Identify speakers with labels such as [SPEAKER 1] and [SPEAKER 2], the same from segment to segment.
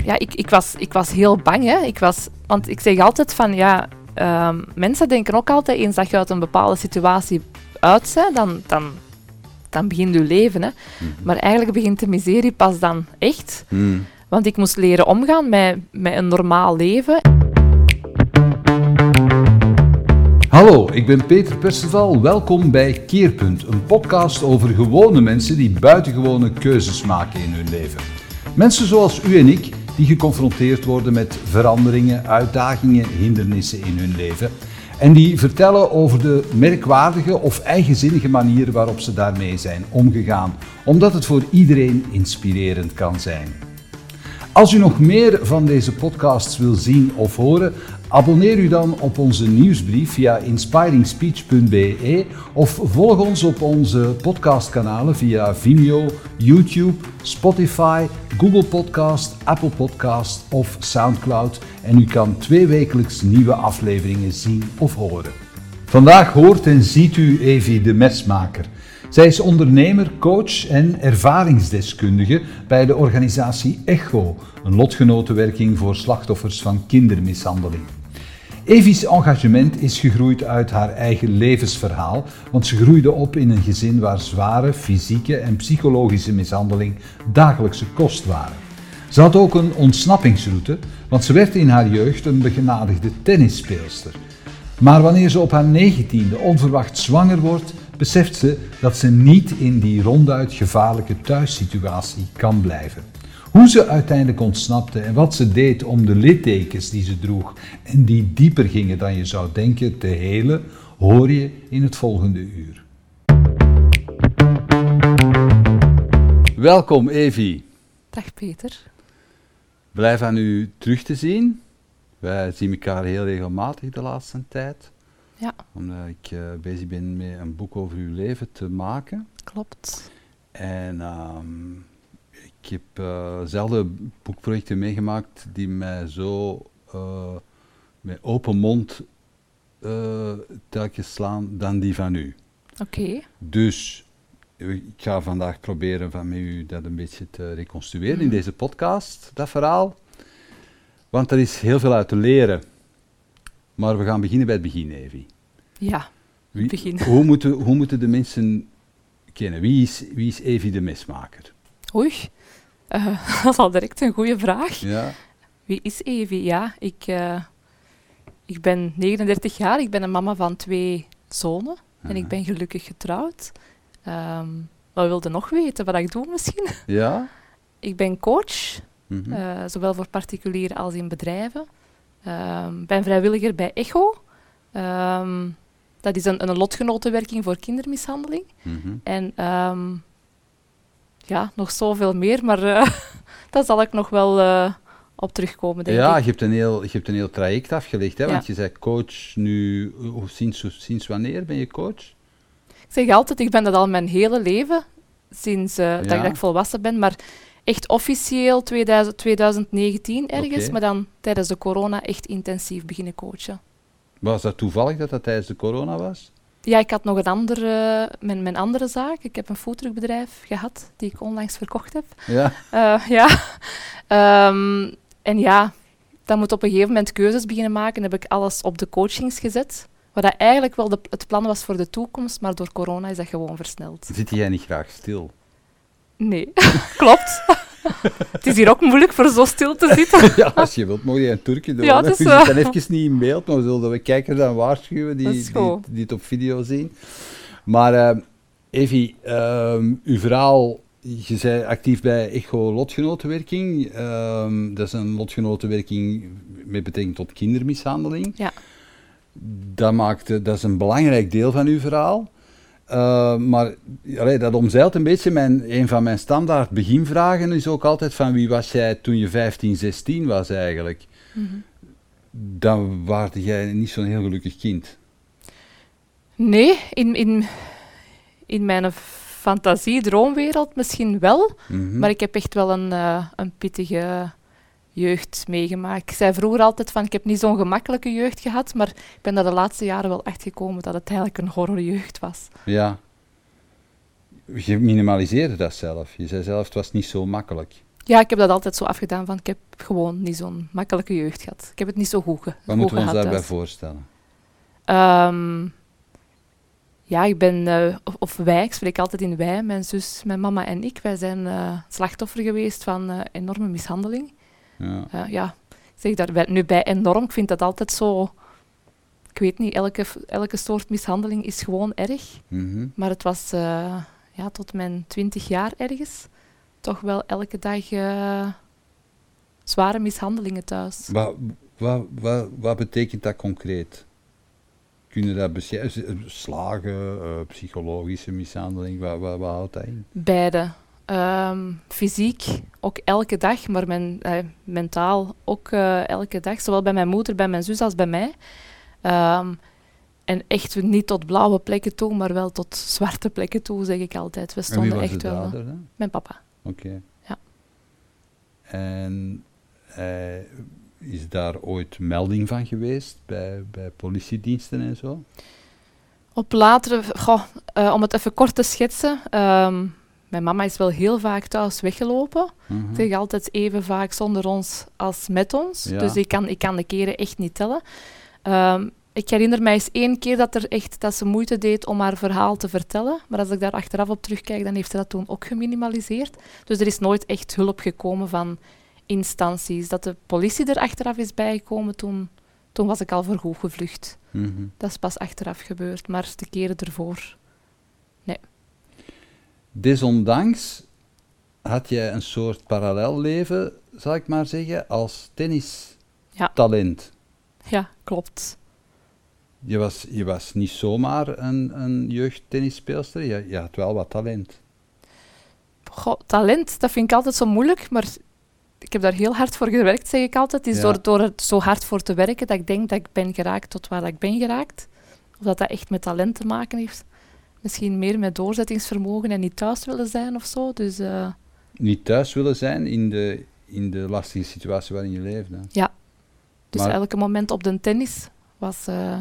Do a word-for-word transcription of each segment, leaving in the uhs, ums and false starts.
[SPEAKER 1] Ja, ik, ik, was, ik was heel bang, hè. Ik was, want ik zeg altijd van, ja, um, mensen denken ook altijd, eens dat je uit een bepaalde situatie uit bent, dan, dan, dan begint je leven, hè. Mm-hmm. Maar eigenlijk begint de miserie pas dan echt. Mm. Want ik moest leren omgaan met, met een normaal leven.
[SPEAKER 2] Hallo, ik ben Peter Perceval. Welkom bij Keerpunt, een podcast over gewone mensen die buitengewone keuzes maken in hun leven. Mensen zoals u en ik, die geconfronteerd worden met veranderingen, uitdagingen, hindernissen in hun leven. En die vertellen over de merkwaardige of eigenzinnige manier waarop ze daarmee zijn omgegaan, omdat het voor iedereen inspirerend kan zijn. Als u nog meer van deze podcasts wil zien of horen, abonneer u dan op onze nieuwsbrief via inspiring speech punt b e of volg ons op onze podcastkanalen via Vimeo, YouTube, Spotify, Google Podcast, Apple Podcast of Soundcloud en u kan tweewekelijks nieuwe afleveringen zien of horen. Vandaag hoort en ziet u Evie de Mesmaker. Zij is ondernemer, coach en ervaringsdeskundige bij de organisatie ECHO, een lotgenotenwerking voor slachtoffers van kindermishandeling. Evie's engagement is gegroeid uit haar eigen levensverhaal, want ze groeide op in een gezin waar zware fysieke en psychologische mishandeling dagelijkse kost waren. Ze had ook een ontsnappingsroute, want ze werd in haar jeugd een begenadigde tennisspeelster. Maar wanneer ze op haar negentiende onverwacht zwanger wordt, beseft ze dat ze niet in die ronduit gevaarlijke thuissituatie kan blijven. Hoe ze uiteindelijk ontsnapte en wat ze deed om de littekens die ze droeg en die dieper gingen dan je zou denken te helen, hoor je in het volgende uur. Welkom Evie.
[SPEAKER 1] Dag Peter.
[SPEAKER 2] Blij van u terug te zien. Wij zien elkaar heel regelmatig de laatste tijd.
[SPEAKER 1] Ja.
[SPEAKER 2] Omdat ik uh, bezig ben met een boek over uw leven te maken.
[SPEAKER 1] Klopt.
[SPEAKER 2] En um, ik heb uh, zelden boekprojecten meegemaakt die mij zo uh, met open mond uh, telkens slaan dan die van u.
[SPEAKER 1] Oké. Okay.
[SPEAKER 2] Dus ik ga vandaag proberen van met u dat een beetje te reconstrueren mm. in deze podcast, dat verhaal. Want er is heel veel uit te leren. Maar we gaan beginnen bij het begin, Evie.
[SPEAKER 1] Ja, het begin.
[SPEAKER 2] Hoe moeten, hoe moeten de mensen kennen? Wie is, wie is Evie de Mesmaker?
[SPEAKER 1] Oei, uh, dat is al direct een goede vraag.
[SPEAKER 2] Ja.
[SPEAKER 1] Wie is Evie? Ja, ik, uh, ik ben negenendertig jaar, ik ben een mama van twee zonen uh-huh. en ik ben gelukkig getrouwd. Um, wat wilde nog weten, wat ik doe misschien?
[SPEAKER 2] Ja.
[SPEAKER 1] Ik ben coach,
[SPEAKER 2] mm-hmm.
[SPEAKER 1] uh, zowel voor particulieren als in bedrijven. Ik uh, ben vrijwilliger bij ECHO. Um, dat is een, een lotgenotenwerking voor kindermishandeling.
[SPEAKER 2] Mm-hmm.
[SPEAKER 1] En um, ja, nog zoveel meer, maar uh, daar zal ik nog wel uh, op terugkomen, denk
[SPEAKER 2] ja,
[SPEAKER 1] ik.
[SPEAKER 2] Je hebt een heel, je hebt een heel traject afgelegd, hè?
[SPEAKER 1] Ja.
[SPEAKER 2] Want je bent coach nu... Sinds, sinds wanneer ben je coach?
[SPEAKER 1] Ik zeg altijd, ik ben dat al mijn hele leven, sinds uh,
[SPEAKER 2] ja.
[SPEAKER 1] dat, ik, dat ik volwassen ben, maar echt officieel tweeduizend, twintig negentien ergens,
[SPEAKER 2] okay.
[SPEAKER 1] maar dan tijdens de corona echt intensief beginnen coachen.
[SPEAKER 2] Was dat toevallig dat dat tijdens de corona was?
[SPEAKER 1] Ja, ik had nog een andere, mijn, mijn andere zaak. Ik heb een foodtruckbedrijf gehad, die ik onlangs verkocht heb.
[SPEAKER 2] Ja.
[SPEAKER 1] Uh, ja. Um, en ja, dan moet op een gegeven moment keuzes beginnen maken. Dan heb ik alles op de coachings gezet. Wat dat eigenlijk wel de, het plan was voor de toekomst, maar door corona is dat gewoon versneld.
[SPEAKER 2] Zit jij niet graag stil?
[SPEAKER 1] Nee, klopt. Het is hier ook moeilijk voor zo stil te zitten.
[SPEAKER 2] Ja, als je wilt, mag je een Turkje doen.
[SPEAKER 1] Ja, dus,
[SPEAKER 2] je
[SPEAKER 1] uh...
[SPEAKER 2] zit dan even niet in beeld, maar we zullen we kijkers dan waarschuwen die, die, die het op video zien. Maar uh, Evie, uh, uw verhaal, je bent actief bij ECHO Lotgenotenwerking. Uh, dat is een lotgenotenwerking met betrekking tot kindermishandeling.
[SPEAKER 1] Ja.
[SPEAKER 2] Dat, maakt, dat is een belangrijk deel van uw verhaal. Uh, maar allee, dat omzeilt een beetje. Mijn, een van mijn standaard beginvragen is ook altijd van wie was jij toen je vijftien, zestien was eigenlijk?
[SPEAKER 1] Mm-hmm.
[SPEAKER 2] Dan was jij niet zo'n heel gelukkig kind.
[SPEAKER 1] Nee, in, in, in mijn fantasie-droomwereld misschien wel.
[SPEAKER 2] Mm-hmm.
[SPEAKER 1] Maar ik heb echt wel een, uh, een pittige jeugd meegemaakt. Ik zei vroeger altijd van, ik heb niet zo'n gemakkelijke jeugd gehad, maar ik ben daar de laatste jaren wel echt gekomen dat het eigenlijk een horrorjeugd was.
[SPEAKER 2] Ja. Je minimaliseerde dat zelf. Je zei zelf, het was niet zo makkelijk.
[SPEAKER 1] Ja, ik heb dat altijd zo afgedaan, van ik heb gewoon niet zo'n makkelijke jeugd gehad. Ik heb het niet zo goed, ge-
[SPEAKER 2] Wat
[SPEAKER 1] goed
[SPEAKER 2] moeten we ons
[SPEAKER 1] gehad
[SPEAKER 2] daarbij
[SPEAKER 1] thuis.
[SPEAKER 2] voorstellen?
[SPEAKER 1] Ehm, ja, ik ben, eh, of, of wij, ik spreek altijd in wij, mijn zus, mijn mama en ik. Wij zijn eh, slachtoffer geweest van eh, enorme mishandeling.
[SPEAKER 2] Ja.
[SPEAKER 1] Uh, ja, ik zeg daar bij- nu bij enorm, ik vind dat altijd zo... Ik weet niet, elke, elke soort mishandeling is gewoon erg.
[SPEAKER 2] Mhm.
[SPEAKER 1] Maar het was uh, ja, tot mijn twintig jaar ergens toch wel elke dag uh, zware mishandelingen thuis.
[SPEAKER 2] Wat, wat, wat, wat betekent dat concreet? Kun je dat beschrijven? Slagen, uh, psychologische mishandeling, wat, wat, wat houdt dat in?
[SPEAKER 1] Beide. Um, fysiek ook elke dag, maar men, uh, mentaal ook uh, elke dag. Zowel bij mijn moeder, bij mijn zus als bij mij. Um, en echt niet tot blauwe plekken toe, maar wel tot zwarte plekken toe, zeg ik altijd. We stonden
[SPEAKER 2] en wie was
[SPEAKER 1] echt
[SPEAKER 2] de
[SPEAKER 1] wel.
[SPEAKER 2] dader, dan?
[SPEAKER 1] Mijn papa.
[SPEAKER 2] Oké. Okay.
[SPEAKER 1] Ja.
[SPEAKER 2] En uh, is daar ooit melding van geweest bij, bij politiediensten en zo?
[SPEAKER 1] Op latere, goh, uh, om het even kort te schetsen. Um, mijn mama is wel heel vaak thuis weggelopen. Uh-huh. Ik zeg altijd even vaak zonder ons als met ons. Ja. Dus ik kan, ik kan de keren echt niet tellen. Um, ik herinner mij eens één keer dat, er echt, dat ze moeite deed om haar verhaal te vertellen. Maar als ik daar achteraf op terugkijk, dan heeft ze dat toen ook geminimaliseerd. Dus er is nooit echt hulp gekomen van instanties. Dat de politie er achteraf is bijgekomen, toen, toen was ik al voorgoed gevlucht. Mm-hmm. Dat is pas achteraf gebeurd, maar de keren ervoor, nee.
[SPEAKER 2] Desondanks had jij een soort parallel leven, zal ik maar zeggen, als tennistalent.
[SPEAKER 1] Ja. ja, klopt.
[SPEAKER 2] Je was, je was niet zomaar een, een jeugdtennisspeelster, je, je had wel wat talent.
[SPEAKER 1] Goh, talent, dat vind ik altijd zo moeilijk, maar ik heb daar heel hard voor gewerkt, zeg ik altijd. Het is ja. door, door er zo hard voor te werken dat ik denk dat ik ben geraakt tot waar ik ben geraakt. Of dat dat echt met talent te maken heeft. Misschien meer met doorzettingsvermogen en niet thuis willen zijn of zo. Dus, uh...
[SPEAKER 2] Niet thuis willen zijn in de, in de lastige situatie waarin je leefde.
[SPEAKER 1] Ja. Dus
[SPEAKER 2] maar...
[SPEAKER 1] elke moment op de tennis was... Uh...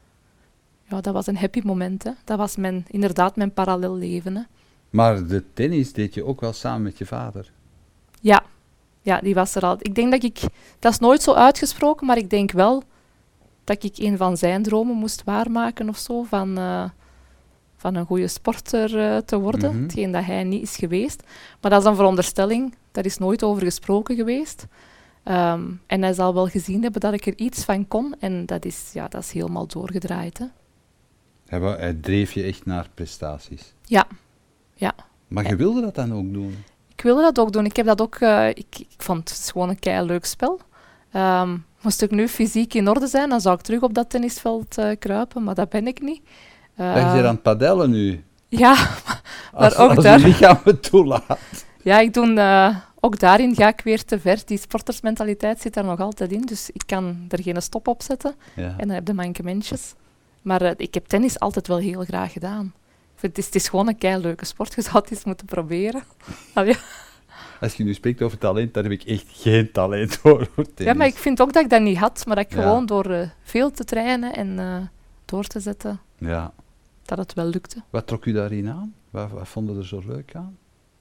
[SPEAKER 1] Ja, dat was een happy moment. Hè. Dat was mijn, inderdaad mijn parallel leven. Hè.
[SPEAKER 2] Maar de tennis deed je ook wel samen met je vader?
[SPEAKER 1] Ja. Ja, die was er al. Ik denk dat ik... Dat is nooit zo uitgesproken, maar ik denk wel dat ik een van zijn dromen moest waarmaken of zo. Van, uh, van een goede sporter uh, te worden. Mm-hmm. Hetgeen dat hij niet is geweest. Maar dat is een veronderstelling. Daar is nooit over gesproken geweest. Um, en hij zal wel gezien hebben dat ik er iets van kon. En dat is, ja, dat is helemaal doorgedraaid. Hè.
[SPEAKER 2] Hij, wou, hij dreef je echt naar prestaties?
[SPEAKER 1] Ja. ja.
[SPEAKER 2] Maar je
[SPEAKER 1] en,
[SPEAKER 2] wilde dat dan ook doen?
[SPEAKER 1] Ik wilde dat ook doen. Ik heb dat ook... Uh, ik, ik vond het gewoon een keileuk spel. Um, moest ik nu fysiek in orde zijn, dan zou ik terug op dat tennisveld uh, kruipen. Maar dat ben ik niet.
[SPEAKER 2] Uh, ben je hier aan het padellen nu?
[SPEAKER 1] Ja, maar
[SPEAKER 2] als,
[SPEAKER 1] ook
[SPEAKER 2] als
[SPEAKER 1] daar...
[SPEAKER 2] je lichaam het toelaat.
[SPEAKER 1] Ja, ik doe... Uh, ook daarin ga ik weer te ver. Die sportersmentaliteit zit daar nog altijd in. Dus ik kan er geen stop op zetten. Ja. En dan heb je mankementjes. Maar uh, ik heb tennis altijd wel heel graag gedaan. Ik vind, het, is, het is gewoon een keileuke sport. Je zou het eens moeten proberen. Allee.
[SPEAKER 2] Als je nu spreekt over talent, daar heb ik echt geen talent voor. voor
[SPEAKER 1] ja, maar ik vind ook dat ik dat niet had. Maar dat ik
[SPEAKER 2] ja.
[SPEAKER 1] gewoon door uh, veel te trainen en uh, door te zetten,
[SPEAKER 2] ja.
[SPEAKER 1] dat het wel lukte.
[SPEAKER 2] Wat trok u daarin aan? Wat, wat vond je er zo leuk aan?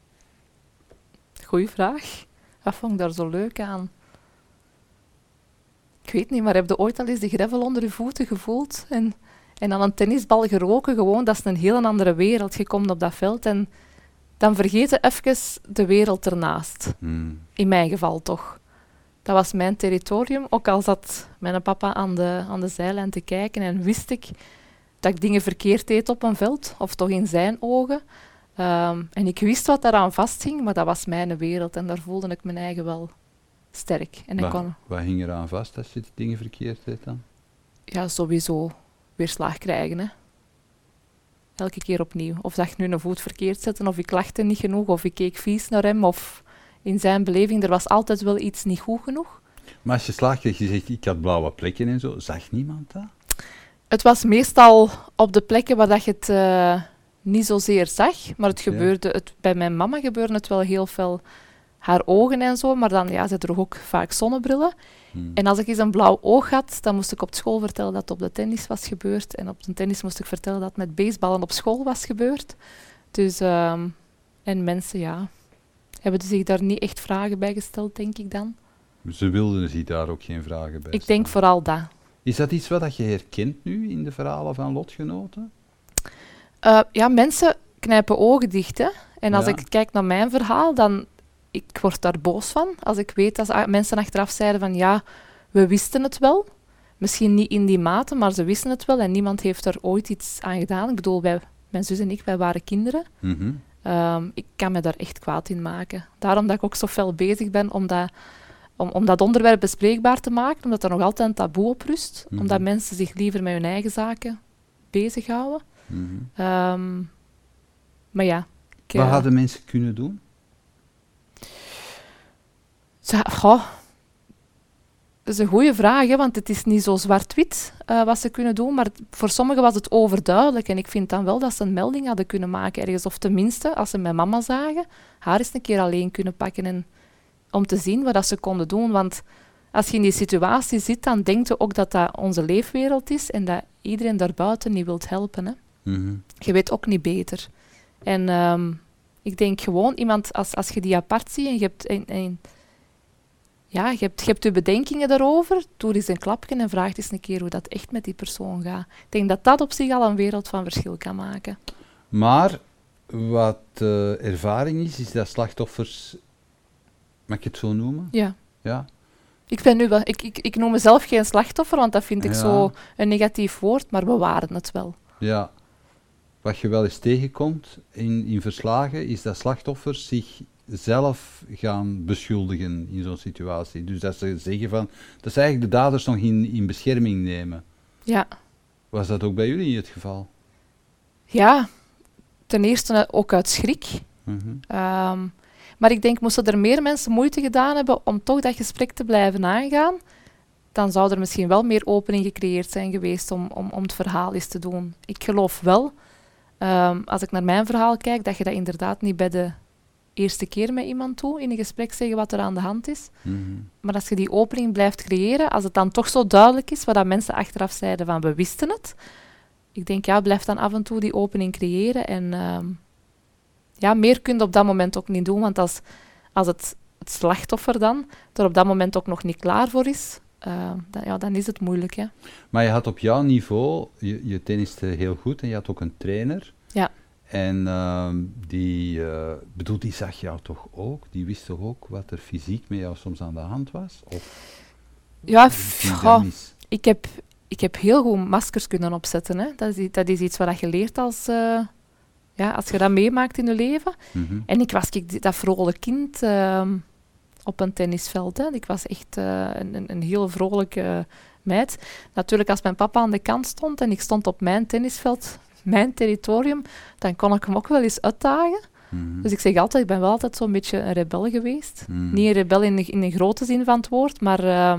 [SPEAKER 1] Goeie vraag. Wat vond ik daar zo leuk aan? Ik weet niet, maar heb je ooit al eens de gravel onder je voeten gevoeld? En, en aan een tennisbal geroken? Gewoon, dat is een heel andere wereld. Je komt op dat veld en dan vergeet je even de wereld ernaast. Hmm. In mijn geval toch. Dat was mijn territorium. Ook al zat mijn papa aan de, aan de zijlijn te kijken en wist ik dat ik dingen verkeerd deed op een veld. Of toch in zijn ogen. Um, en ik wist wat daaraan vasthing, maar dat was mijn wereld. En daar voelde ik mijn eigen wel sterk. En
[SPEAKER 2] wat,
[SPEAKER 1] ik kon,
[SPEAKER 2] wat hing eraan vast als je die dingen verkeerd deed dan?
[SPEAKER 1] Ja, sowieso weerslag krijgen. Hè. Elke keer opnieuw. Of dat ik nu een voet verkeerd zette, of ik lachte niet genoeg, of ik keek vies naar hem, of in zijn beleving, er was altijd wel iets niet goed genoeg.
[SPEAKER 2] Maar als je slaag kreeg, je zegt, ik had blauwe plekken en zo, zag niemand dat?
[SPEAKER 1] Het was meestal op de plekken waar dat je het... Uh, niet zozeer zag, maar het gebeurde, het, bij mijn mama gebeurde het wel heel veel, haar ogen en zo, maar dan ja, ze droeg ook vaak zonnebrillen. Hmm. En als ik eens een blauw oog had, dan moest ik op school vertellen dat het op de tennis was gebeurd. En op de tennis moest ik vertellen dat het met baseballen op school was gebeurd. Dus, um, en mensen, ja, hebben ze zich daar niet echt vragen bij gesteld, denk ik dan.
[SPEAKER 2] Ze wilden zich daar ook geen vragen bij stellen.
[SPEAKER 1] Ik denk vooral dat.
[SPEAKER 2] Is dat iets wat je herkent nu in de verhalen van lotgenoten?
[SPEAKER 1] Uh, ja, mensen knijpen ogen dicht, hè. En als
[SPEAKER 2] Ja.
[SPEAKER 1] ik kijk naar mijn verhaal, dan... Ik word daar boos van. Als ik weet dat a- mensen achteraf zeiden van... Ja, we wisten het wel. Misschien niet in die mate, maar ze wisten het wel. En niemand heeft er ooit iets aan gedaan. Ik bedoel, wij, mijn zus en ik, wij waren kinderen.
[SPEAKER 2] Mm-hmm.
[SPEAKER 1] Um, ik kan me daar echt kwaad in maken. Daarom dat ik ook zo fel bezig ben om dat, om, om dat onderwerp bespreekbaar te maken. Omdat er nog altijd een taboe op rust.
[SPEAKER 2] Mm-hmm.
[SPEAKER 1] Omdat mensen zich liever met hun eigen zaken bezighouden.
[SPEAKER 2] Mm-hmm.
[SPEAKER 1] Um, maar ja. Ik,
[SPEAKER 2] Wat
[SPEAKER 1] uh,
[SPEAKER 2] hadden mensen kunnen doen?
[SPEAKER 1] Zo, goh, dat is een goede vraag, hè, want het is niet zo zwart-wit uh, wat ze kunnen doen, maar voor sommigen was het overduidelijk. En ik vind dan wel dat ze een melding hadden kunnen maken ergens. Of tenminste, als ze mijn mama zagen, haar eens een keer alleen kunnen pakken en, om te zien wat dat ze konden doen. Want als je in die situatie zit, dan denk je ook dat dat onze leefwereld is en dat iedereen daarbuiten niet wilt helpen. Hè.
[SPEAKER 2] Mm-hmm.
[SPEAKER 1] Je weet ook niet beter. En um, ik denk gewoon, iemand, als, als je die apart ziet en je hebt... een, een, Ja, je hebt, je hebt je bedenkingen daarover, doe eens een klapje en vraag eens een keer hoe dat echt met die persoon gaat. Ik denk dat dat op zich al een wereld van verschil kan maken.
[SPEAKER 2] Maar wat uh, ervaring is, is dat slachtoffers, mag ik het zo noemen?
[SPEAKER 1] Ja.
[SPEAKER 2] Ja.
[SPEAKER 1] Ik, ben nu wel, ik, ik, ik noem mezelf geen slachtoffer, want dat vind ik
[SPEAKER 2] Ja.
[SPEAKER 1] zo een negatief woord, maar we waren het wel.
[SPEAKER 2] Ja. Wat je wel eens tegenkomt in, in verslagen, is dat slachtoffers zich zelf gaan beschuldigen in zo'n situatie. Dus dat ze zeggen van, dat ze eigenlijk de daders nog in, in bescherming nemen.
[SPEAKER 1] Ja.
[SPEAKER 2] Was dat ook bij jullie het geval?
[SPEAKER 1] Ja, ten eerste ook uit schrik.
[SPEAKER 2] Mm-hmm.
[SPEAKER 1] Um, maar ik denk, moesten er meer mensen moeite gedaan hebben om toch dat gesprek te blijven aangaan, dan zou er misschien wel meer opening gecreëerd zijn geweest om, om, om het verhaal eens te doen. Ik geloof wel, um, als ik naar mijn verhaal kijk, dat je dat inderdaad niet bij de eerste keer met iemand toe in een gesprek zeggen wat er aan de hand is.
[SPEAKER 2] Mm-hmm.
[SPEAKER 1] Maar als je die opening blijft creëren, als het dan toch zo duidelijk is, wat dat mensen achteraf zeiden van we wisten het, ik denk ja, blijf dan af en toe die opening creëren. En um, ja, meer kun je op dat moment ook niet doen, want als, als het, het slachtoffer dan er op dat moment ook nog niet klaar voor is, uh, dan, ja, dan is het moeilijk. Hè.
[SPEAKER 2] Maar je had op jouw niveau, je, je tenniste heel goed en je had ook een trainer.
[SPEAKER 1] Ja.
[SPEAKER 2] En uh, die, uh, bedoel, die zag jou toch ook? Die wist toch ook wat er fysiek met jou soms aan de hand was? Of
[SPEAKER 1] ja,
[SPEAKER 2] f-
[SPEAKER 1] ik, heb, ik heb heel goed maskers kunnen opzetten. Hè. Dat, is, dat is iets wat je leert als, uh, ja, als je dat meemaakt in je leven.
[SPEAKER 2] Mm-hmm.
[SPEAKER 1] En ik was ik, dat vrolijk kind uh, op een tennisveld. Hè. Ik was echt uh, een, een heel vrolijke meid. Natuurlijk, als mijn papa aan de kant stond en ik stond op mijn tennisveld, mijn territorium, dan kon ik hem ook wel eens uitdagen.
[SPEAKER 2] Mm-hmm.
[SPEAKER 1] Dus ik zeg altijd, ik ben wel altijd zo'n beetje een rebel geweest.
[SPEAKER 2] Mm-hmm.
[SPEAKER 1] Niet een rebel in de, in de grote zin van het woord, maar uh,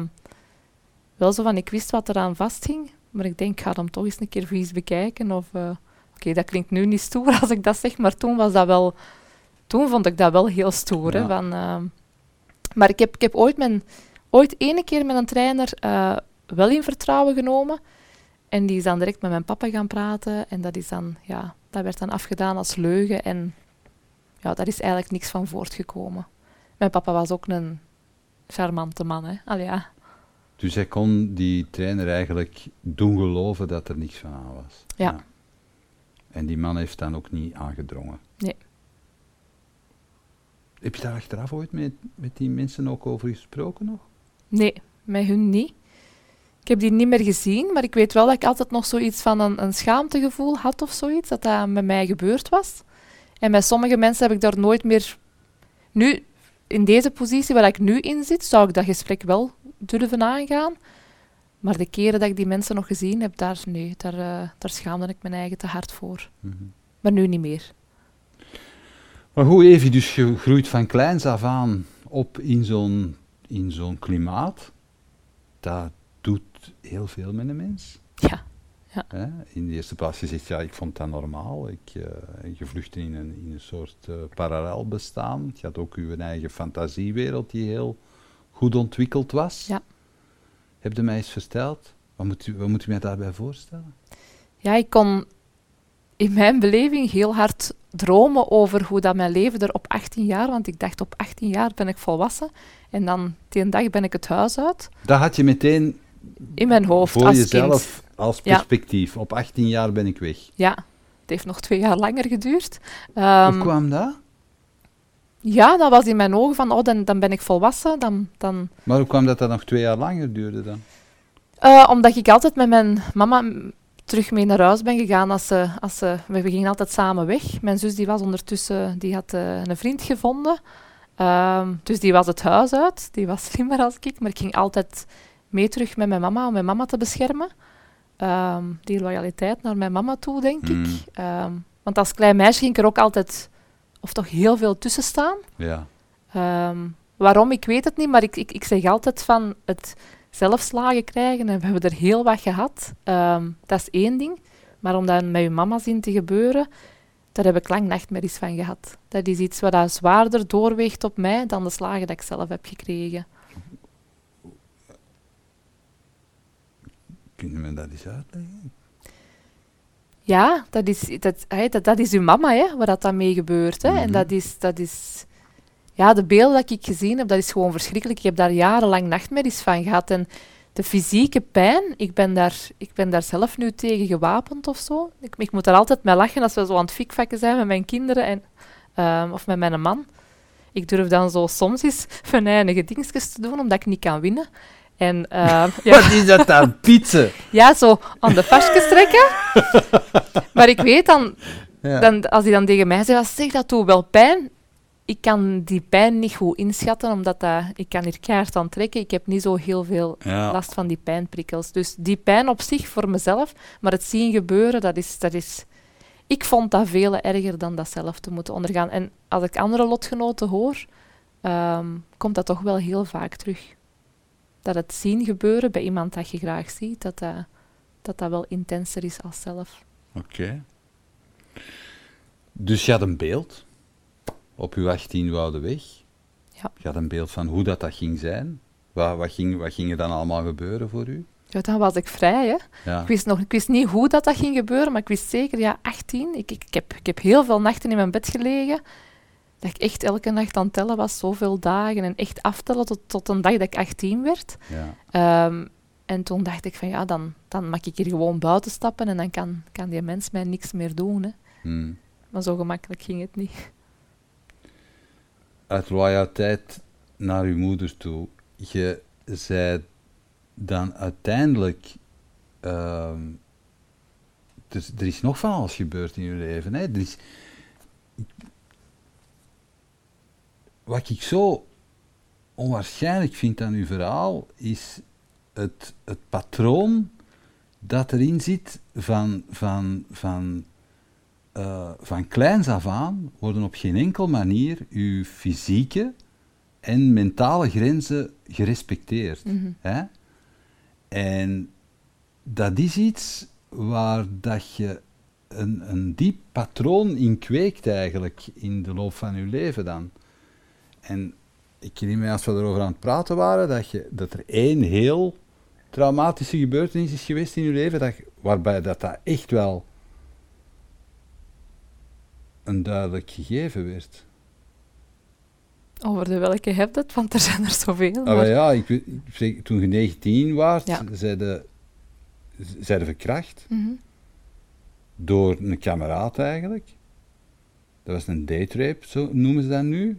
[SPEAKER 1] wel zo van, ik wist wat er aan vasthing, maar ik denk, ik ga hem toch eens een keer vies bekijken. Of, uh, Oké, okay, dat klinkt nu niet stoer als ik dat zeg, maar toen was dat wel... Toen vond ik dat wel heel stoer.
[SPEAKER 2] Ja.
[SPEAKER 1] Hè, van, uh, maar ik heb, ik heb ooit, mijn, ooit ene keer met een trainer uh, wel in vertrouwen genomen. En die is dan direct met mijn papa gaan praten. En dat, is dan, ja, dat werd dan afgedaan als leugen. En ja, daar is eigenlijk niks van voortgekomen. Mijn papa was ook een charmante man. Hè. Allee, ja.
[SPEAKER 2] Dus hij kon die trainer eigenlijk doen geloven dat er niks van aan was.
[SPEAKER 1] Ja.
[SPEAKER 2] Ja. En die man heeft dan ook niet aangedrongen.
[SPEAKER 1] Nee.
[SPEAKER 2] Heb je daar achteraf ooit met, met die mensen ook over gesproken nog?
[SPEAKER 1] Nee, met hun niet. Ik heb die niet meer gezien, maar ik weet wel dat ik altijd nog zoiets van een, een schaamtegevoel had of zoiets, dat dat met mij gebeurd was. En met sommige mensen heb ik daar nooit meer... Nu, in deze positie waar ik nu in zit, zou ik dat gesprek wel durven aangaan. Maar de keren dat ik die mensen nog gezien heb, daar, nee, daar, uh, daar schaamde ik mijn eigen te hard voor.
[SPEAKER 2] Mm-hmm.
[SPEAKER 1] Maar nu niet meer.
[SPEAKER 2] Maar goed, Evi, dus je groeit van kleins af aan op in zo'n, in zo'n klimaat. Dat doet heel veel met een mens.
[SPEAKER 1] Ja. Ja.
[SPEAKER 2] Hè? In de eerste plaats, je zegt, ja, ik vond dat normaal. Ik, uh, je vluchtte in een, in een soort uh, parallel bestaan. Je had ook je eigen fantasiewereld die heel goed ontwikkeld was.
[SPEAKER 1] Ja.
[SPEAKER 2] Heb je mij eens verteld? Wat moet u, wat moet u mij daarbij voorstellen?
[SPEAKER 1] Ja, ik kon... in mijn beleving heel hard dromen over hoe dat mijn leven er op achttien jaar... Want ik dacht, op achttien jaar ben ik volwassen. En dan, die een dag ben ik het huis uit.
[SPEAKER 2] Dat had je meteen
[SPEAKER 1] in mijn hoofd
[SPEAKER 2] voor
[SPEAKER 1] als
[SPEAKER 2] jezelf
[SPEAKER 1] kind.
[SPEAKER 2] als perspectief. Ja. Op achttien jaar ben ik weg.
[SPEAKER 1] Ja, het heeft nog twee jaar langer geduurd. Um,
[SPEAKER 2] hoe kwam dat?
[SPEAKER 1] Ja, dat was in mijn ogen van, oh, dan, dan ben ik volwassen. Dan, dan...
[SPEAKER 2] Maar hoe kwam dat dat nog twee jaar langer duurde dan?
[SPEAKER 1] Uh, omdat ik altijd met mijn mama m- terug mee naar huis ben gegaan. Als ze, als ze, we gingen altijd samen weg. Mijn zus die was ondertussen, die had uh, een vriend gevonden. Um, dus die was het huis uit. Die was slimmer als ik. Maar ik ging altijd mee terug met mijn mama om mijn mama te beschermen. Um, die loyaliteit naar mijn mama toe, denk mm. ik. Um, want als klein meisje ging ik er ook altijd... Of toch heel veel tussen staan.
[SPEAKER 2] Ja.
[SPEAKER 1] Um, waarom, ik weet het niet, maar ik, ik, ik zeg altijd van het zelfslagen krijgen, en we hebben er heel wat gehad. Um, dat is één ding. Maar om dat met je mama zien te gebeuren, daar heb ik lang nachtmerries van gehad. Dat is iets wat dat zwaarder doorweegt op mij dan de slagen dat ik zelf heb gekregen.
[SPEAKER 2] Kun je me dat eens uitleggen?
[SPEAKER 1] Ja, dat is, dat, hey, dat, dat is uw mama, hè, waar dat dan mee gebeurt. Hè. Mm-hmm. En dat is, dat is... Ja, de beelden dat ik gezien heb, dat is gewoon verschrikkelijk. Ik heb daar jarenlang nachtmerries van gehad. En de fysieke pijn, ik ben daar, ik ben daar zelf nu tegen gewapend of zo. Ik, ik moet daar altijd mee lachen als we zo aan het fikvakken zijn met mijn kinderen en, um, of met mijn man. Ik durf dan zo soms eens venijnige dingetjes te doen, omdat ik niet kan winnen. En, uh, ja.
[SPEAKER 2] Wat is dat dan? Pizza?
[SPEAKER 1] Ja, zo aan de vastjes trekken. Maar ik weet dan,
[SPEAKER 2] ja.
[SPEAKER 1] dan, als hij dan tegen mij zegt, zeg, dat doet wel pijn. Ik kan die pijn niet goed inschatten, omdat dat, ik kan hier keihard aan trekken. Ik heb niet zo heel veel
[SPEAKER 2] ja.
[SPEAKER 1] last van die pijnprikkels. Dus die pijn op zich voor mezelf, maar het zien gebeuren, dat is... Dat is ik vond dat veel erger dan dat zelf te moeten ondergaan. En als ik andere lotgenoten hoor, um, komt dat toch wel heel vaak terug. Dat het zien gebeuren bij iemand dat je graag ziet, dat dat, dat, dat wel intenser is als zelf.
[SPEAKER 2] Oké. Okay. Dus je had een beeld op je achttien Woudeweg.
[SPEAKER 1] Ja.
[SPEAKER 2] Je had een beeld van hoe dat, dat ging zijn. Wat, wat, ging, wat ging er dan allemaal gebeuren voor u?
[SPEAKER 1] Ja, dan was ik vrij, hè. Ja. Ik wist nog, ik wist niet hoe dat, dat ging gebeuren, maar ik wist zeker, ja, achttien. Ik, ik, ik, heb, ik heb heel veel nachten in mijn bed gelegen. Dat ik echt elke nacht aan het tellen was, zoveel dagen. En echt aftellen tot, tot een dag dat ik achttien werd.
[SPEAKER 2] Ja.
[SPEAKER 1] Um, en toen dacht ik van, ja, dan, dan mag ik hier gewoon buiten stappen en dan kan, kan die mens mij niks meer doen. Hè.
[SPEAKER 2] Hmm.
[SPEAKER 1] Maar zo gemakkelijk ging het niet.
[SPEAKER 2] Uit loyaliteit naar uw moeder toe. Je zei dan uiteindelijk... Uh, er, er is nog van alles gebeurd in uw leven. Hè? Er is... Wat ik zo onwaarschijnlijk vind aan uw verhaal, is het, het patroon dat erin zit van, van, van, uh, van kleins af aan, worden op geen enkele manier uw fysieke en mentale grenzen gerespecteerd.
[SPEAKER 1] Mm-hmm.
[SPEAKER 2] Hè? En dat is iets waar dat je een, een diep patroon in kweekt eigenlijk in de loop van je leven dan. En ik herinner me, als we erover aan het praten waren, dat, je, dat er één heel traumatische gebeurtenis is geweest in je leven, dat, waarbij dat, dat echt wel een duidelijk gegeven werd.
[SPEAKER 1] Over de welke heb je het? Want er zijn er zoveel.
[SPEAKER 2] Maar...
[SPEAKER 1] Maar...
[SPEAKER 2] ja, ik, ik, toen je negentien was,
[SPEAKER 1] ja.
[SPEAKER 2] zei de, zei de verkracht.
[SPEAKER 1] Mm-hmm.
[SPEAKER 2] Door een kameraad eigenlijk. Dat was een date rape, zo noemen ze dat nu.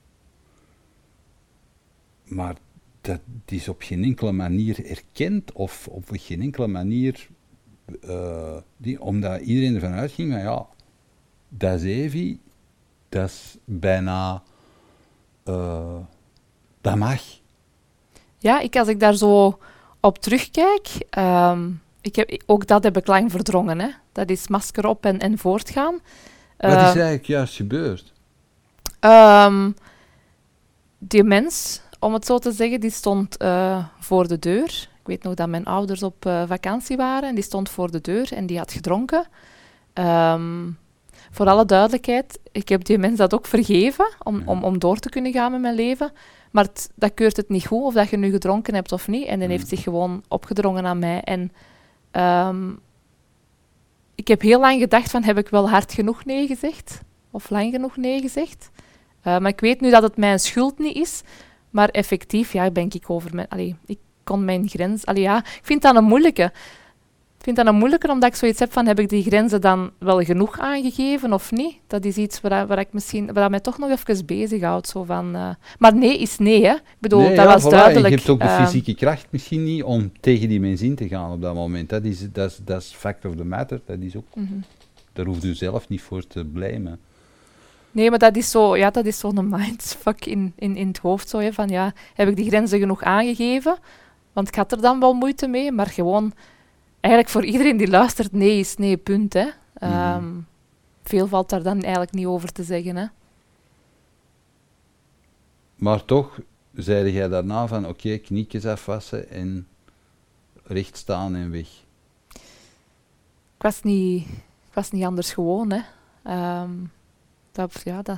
[SPEAKER 2] Maar dat is op geen enkele manier erkend of op geen enkele manier, uh, die, omdat iedereen ervan uitging, maar ja, dat is Evi, dat is bijna, uh, dat mag.
[SPEAKER 1] Ja, ik, als ik daar zo op terugkijk, um, ik heb, ook dat heb ik lang verdrongen, hè. Dat is masker op en, en voortgaan.
[SPEAKER 2] Wat
[SPEAKER 1] uh,
[SPEAKER 2] is eigenlijk juist gebeurd?
[SPEAKER 1] Um, die mens... Om het zo te zeggen, die stond uh, voor de deur. Ik weet nog dat mijn ouders op uh, vakantie waren en die stond voor de deur en die had gedronken. Um, voor alle duidelijkheid, ik heb die mens dat ook vergeven om, om, om door te kunnen gaan met mijn leven. Maar het, dat keurt het niet goed of dat je nu gedronken hebt of niet. En die heeft zich gewoon opgedrongen aan mij. En um, ik, ik heb heel lang gedacht van, heb ik wel hard genoeg nee gezegd? Of lang genoeg nee gezegd? Uh, maar ik weet nu dat het mijn schuld niet is. Maar effectief, ja, ben ik over mijn... Allee, ik kon mijn grens... Allee, ja, ik vind dat een moeilijke. Ik vind dat een moeilijker, omdat ik zoiets heb van, heb ik die grenzen dan wel genoeg aangegeven of niet? Dat is iets waar, waar ik misschien... Waar mij toch nog even bezighoudt. Zo van, uh, maar nee is nee, hè. Ik bedoel,
[SPEAKER 2] nee,
[SPEAKER 1] dat
[SPEAKER 2] ja,
[SPEAKER 1] was
[SPEAKER 2] voilà.
[SPEAKER 1] duidelijk.
[SPEAKER 2] Je hebt ook de
[SPEAKER 1] uh,
[SPEAKER 2] fysieke kracht misschien niet om tegen die mens in te gaan op dat moment. Dat is, dat is, dat is fact of the matter. Dat is ook... Mm-hmm. Daar hoeft u zelf niet voor te blamen.
[SPEAKER 1] Nee, maar dat is zo, ja, dat is zo'n mindfuck in, in, in het hoofd. Zo, hè, van, ja, heb ik die grenzen genoeg aangegeven? Want ik had er dan wel moeite mee, maar gewoon... Eigenlijk voor iedereen die luistert, nee is nee, punt. Hè. Um, mm. Veel valt daar dan eigenlijk niet over te zeggen. Hè.
[SPEAKER 2] Maar toch zeide jij daarna van, oké, okay, knietjes afwassen en recht staan en weg.
[SPEAKER 1] Ik was niet, ik was niet anders gewoon, hè. Um, dat, ja, dat...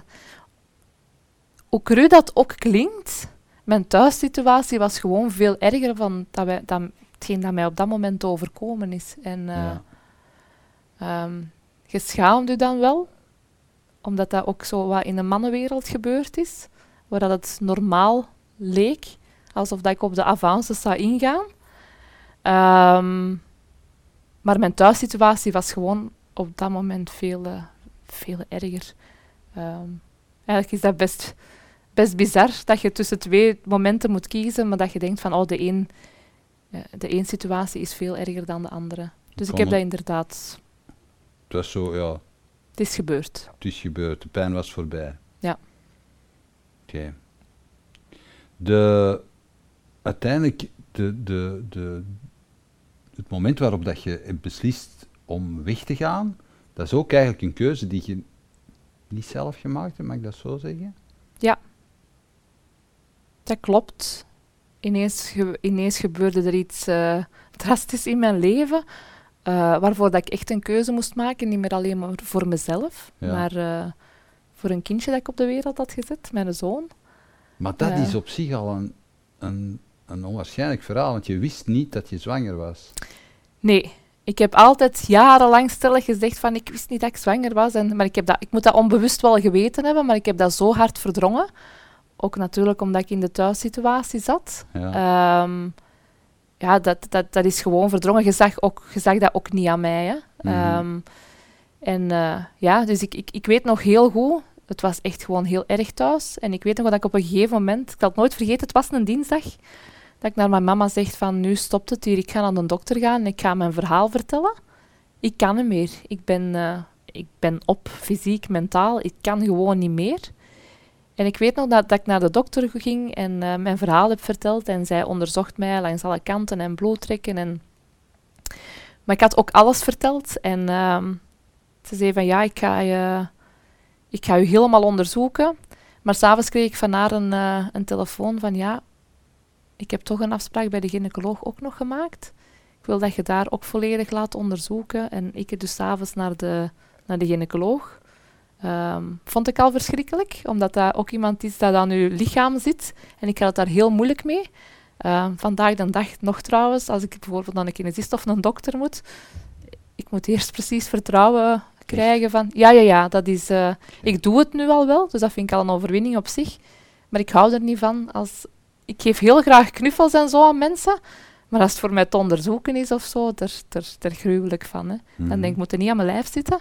[SPEAKER 1] Hoe cru dat ook klinkt, mijn thuissituatie was gewoon veel erger van dat wij... Dat, hetgeen dat mij op dat moment overkomen is. En uh, ja. um, je schaamt je dan wel, omdat dat ook zo wat in de mannenwereld gebeurd is, waar dat het normaal leek, alsof dat ik op de avances zou ingaan. Um, maar mijn thuissituatie was gewoon op dat moment veel, uh, veel erger. Um, eigenlijk is dat best, best bizar, dat je tussen twee momenten moet kiezen, maar dat je denkt van, oh, de een... Ja, de ene situatie is veel erger dan de andere. Dus ik heb dat inderdaad...
[SPEAKER 2] Het was zo, ja...
[SPEAKER 1] Het is gebeurd.
[SPEAKER 2] Het is gebeurd. De pijn was voorbij.
[SPEAKER 1] Ja.
[SPEAKER 2] Oké. Okay. De... Uiteindelijk, de, de, de, het moment waarop dat je hebt beslist om weg te gaan, dat is ook eigenlijk een keuze die je niet zelf gemaakt hebt, mag ik dat zo zeggen?
[SPEAKER 1] Ja. Dat klopt. Ineens, ge- ineens gebeurde er iets uh, drastisch in mijn leven, uh, waarvoor dat ik echt een keuze moest maken, niet meer alleen maar voor mezelf, ja. maar uh, voor een kindje dat ik op de wereld had gezet, mijn zoon.
[SPEAKER 2] Maar dat
[SPEAKER 1] uh,
[SPEAKER 2] is op zich al een, een, een onwaarschijnlijk verhaal, want je wist niet dat je zwanger was.
[SPEAKER 1] Nee, ik heb altijd jarenlang stellig gezegd van ik wist niet dat ik zwanger was, en, maar ik, heb dat, ik moet dat onbewust wel geweten hebben, maar ik heb dat zo hard verdrongen. Ook natuurlijk omdat ik in de thuissituatie zat. Ja, um, ja dat, dat, dat is gewoon verdrongen. Je zag, ook, je zag dat ook niet aan mij. Hè. Mm-hmm. Um, en uh, ja, dus ik, ik, ik weet nog heel goed, het was echt gewoon heel erg thuis. En ik weet nog dat ik op een gegeven moment, ik zal het nooit vergeten, het was een dinsdag, dat ik naar mijn mama zeg van nu stopt het hier, ik ga naar de dokter gaan en ik ga mijn verhaal vertellen. Ik kan niet meer. Ik ben, uh, ik ben op, fysiek, mentaal. Ik kan gewoon niet meer. En ik weet nog dat, dat ik naar de dokter ging en uh, mijn verhaal heb verteld. En zij onderzocht mij langs alle kanten en bloed trekken. En... Maar ik had ook alles verteld. En uh, ze zei van ja, ik ga, je, ik ga je helemaal onderzoeken. Maar s'avonds kreeg ik van haar een, uh, een telefoon van ja, ik heb toch een afspraak bij de gynaecoloog ook nog gemaakt. Ik wil dat je daar ook volledig laat onderzoeken. En ik dus s'avonds naar de, naar de gynaecoloog. Um, vond ik al verschrikkelijk, omdat dat ook iemand is dat aan uw lichaam zit. En ik had het daar heel moeilijk mee. Uh, vandaag de dag nog trouwens, als ik bijvoorbeeld naar een kinesist of een dokter moet, ik moet eerst precies vertrouwen krijgen van... Ja, ja, ja, dat is... Uh, ik doe het nu al wel, dus dat vind ik al een overwinning op zich. Maar ik hou er niet van als... Ik geef heel graag knuffels en zo aan mensen, maar als het voor mij te onderzoeken is of zo, daar, daar, daar gruwelijk van. Hè. Mm-hmm. Dan denk ik, moet er niet aan mijn lijf zitten.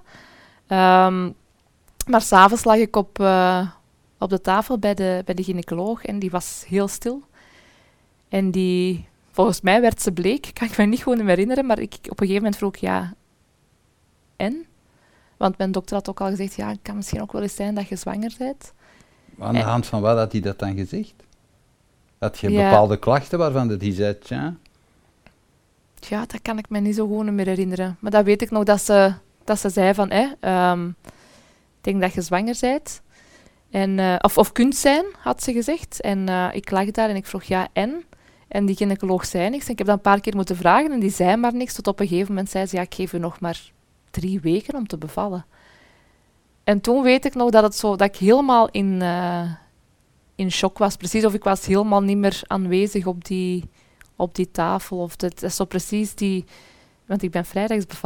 [SPEAKER 1] Um, Maar s'avonds lag ik op, uh, op de tafel bij de, bij de gynaecoloog en die was heel stil. En die, volgens mij werd ze bleek, kan ik me niet goed meer herinneren, maar ik, op een gegeven moment vroeg ja, en? Want mijn dokter had ook al gezegd, ja, het kan misschien ook wel eens zijn dat je zwanger bent.
[SPEAKER 2] Aan de en, hand van wat had hij dat dan gezegd? Had je ja, bepaalde klachten waarvan hij zei, tja?
[SPEAKER 1] Ja, dat kan ik me niet zo goed meer herinneren. Maar dat weet ik nog dat ze, dat ze zei van, hé, um, ik denk dat je zwanger bent. En, uh, of, of kunt zijn, had ze gezegd. En uh, ik lag daar en ik vroeg ja, en? En die gynaecoloog zei niks. En ik heb dat een paar keer moeten vragen en die zei maar niks. Tot op een gegeven moment zei ze, ja, ik geef u nog maar drie weken om te bevallen. En toen weet ik nog dat, het zo, dat ik helemaal in, uh, in shock was. Precies of ik was helemaal niet meer aanwezig op die, op die tafel. Of dat, dat is zo precies die... Want ik ben vrijdags bevallen.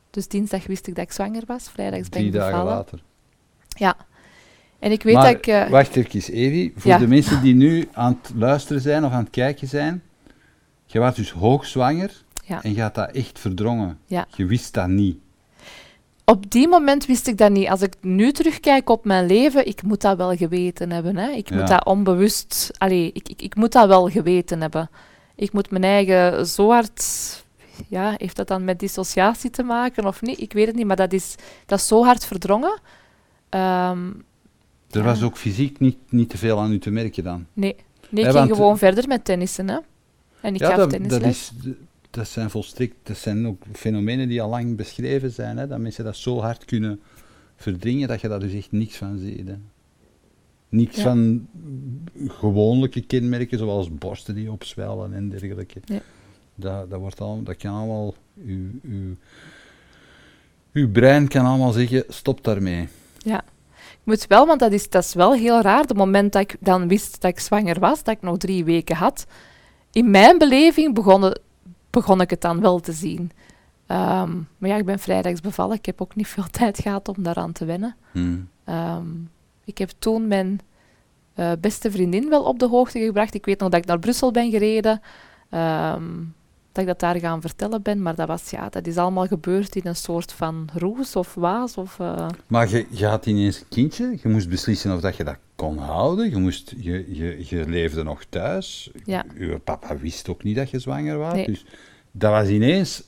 [SPEAKER 1] Dus dinsdag wist ik dat ik zwanger was. Vrijdags ben
[SPEAKER 2] Drie
[SPEAKER 1] ik bevallen.
[SPEAKER 2] dagen later.
[SPEAKER 1] Ja. En ik weet
[SPEAKER 2] maar,
[SPEAKER 1] dat ik... Uh,
[SPEAKER 2] wacht even, Evi. Voor
[SPEAKER 1] ja.
[SPEAKER 2] de mensen die nu aan het luisteren zijn of aan het kijken zijn. Je was dus hoogzwanger
[SPEAKER 1] ja.
[SPEAKER 2] en je had dat echt verdrongen.
[SPEAKER 1] Ja.
[SPEAKER 2] Je wist dat niet.
[SPEAKER 1] Op die moment wist ik dat niet. Als ik nu terugkijk op mijn leven, ik moet dat wel geweten hebben. Hè. Ik
[SPEAKER 2] Ja.
[SPEAKER 1] moet dat onbewust... Allee, ik, ik, ik moet dat wel geweten hebben. Ik moet mijn eigen zo hard... Ja, heeft dat dan met dissociatie te maken of niet? Ik weet het niet, maar dat is, dat is zo hard verdrongen. Um,
[SPEAKER 2] er ja. was ook fysiek niet, niet te veel aan u te merken dan?
[SPEAKER 1] Nee, nee
[SPEAKER 2] ja,
[SPEAKER 1] ik ging
[SPEAKER 2] want,
[SPEAKER 1] gewoon verder met tennissen. Hè. En ik
[SPEAKER 2] ja,
[SPEAKER 1] gaf
[SPEAKER 2] dat,
[SPEAKER 1] tennisles.
[SPEAKER 2] Dat, is, dat, zijn volstrekt, dat zijn ook fenomenen die al lang beschreven zijn. Hè, dat mensen dat zo hard kunnen verdringen dat je daar dus echt niks van ziet. Hè. Niks ja. van gewoonlijke kenmerken zoals borsten die opzwellen en dergelijke. Ja. Dat, dat, wordt al, dat kan allemaal... Uw, uw, uw brein kan allemaal zeggen, stop daarmee.
[SPEAKER 1] Ja. Ik moet wel, want dat is, dat is wel heel raar. Het moment dat ik dan wist dat ik zwanger was, dat ik nog drie weken had, in mijn beleving begon, begon ik het dan wel te zien. Um, maar ja, ik ben vrijdags bevallen. Ik heb ook niet veel tijd gehad om daaraan te wennen.
[SPEAKER 2] Hmm.
[SPEAKER 1] Um, ik heb toen mijn uh, beste vriendin wel op de hoogte gebracht. Ik weet nog dat ik naar Brussel ben gereden. Um, dat ik dat daar gaan vertellen ben, maar dat, was, ja, dat is allemaal gebeurd in een soort van roes of waas. Of, uh...
[SPEAKER 2] Maar je, je had ineens een kindje, je moest beslissen of dat je dat kon houden, je, moest, je, je, je leefde nog thuis,
[SPEAKER 1] ja.
[SPEAKER 2] Uw papa wist ook niet dat je zwanger was,
[SPEAKER 1] nee.
[SPEAKER 2] Dus dat was ineens...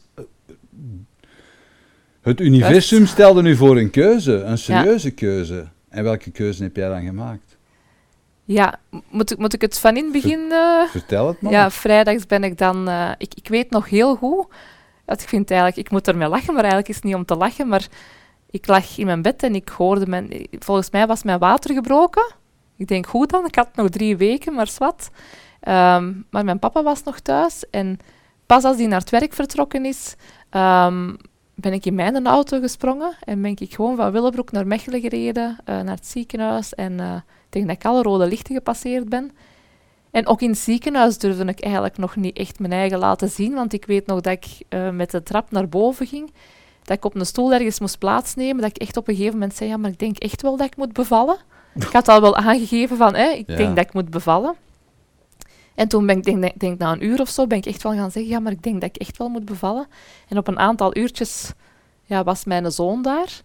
[SPEAKER 2] Het universum stelde nu voor een keuze, een serieuze ja. keuze. En welke keuze heb jij dan gemaakt?
[SPEAKER 1] Ja, moet ik, moet ik het van in het begin... Uh,
[SPEAKER 2] Vertel het maar.
[SPEAKER 1] Ja, vrijdags ben ik dan... Uh, ik, ik weet nog heel goed... Dat ik vind eigenlijk... Ik moet ermee lachen, maar eigenlijk is het niet om te lachen. Maar ik lag in mijn bed en ik hoorde... Mijn, volgens mij was mijn water gebroken. Ik denk, goed dan. Ik had nog drie weken, maar zwart. Um, maar mijn papa was nog thuis. En pas als hij naar het werk vertrokken is... Um, ben ik in mijn auto gesprongen. En ben ik gewoon van Willebroek naar Mechelen gereden. Uh, naar het ziekenhuis. En... Uh, Ik denk dat ik alle rode lichten gepasseerd ben. En ook in het ziekenhuis durfde ik eigenlijk nog niet echt mijn eigen laten zien, want ik weet nog dat ik uh, met de trap naar boven ging, dat ik op een stoel ergens moest plaatsnemen, dat ik echt op een gegeven moment zei, ja, maar ik denk echt wel dat ik moet bevallen. Ik had al wel aangegeven van, hè, ik ja. denk dat ik moet bevallen. En toen ben ik, denk, denk, denk na een uur of zo, ben ik echt wel gaan zeggen, ja, maar ik denk dat ik echt wel moet bevallen. En op een aantal uurtjes ja, was mijn zoon daar.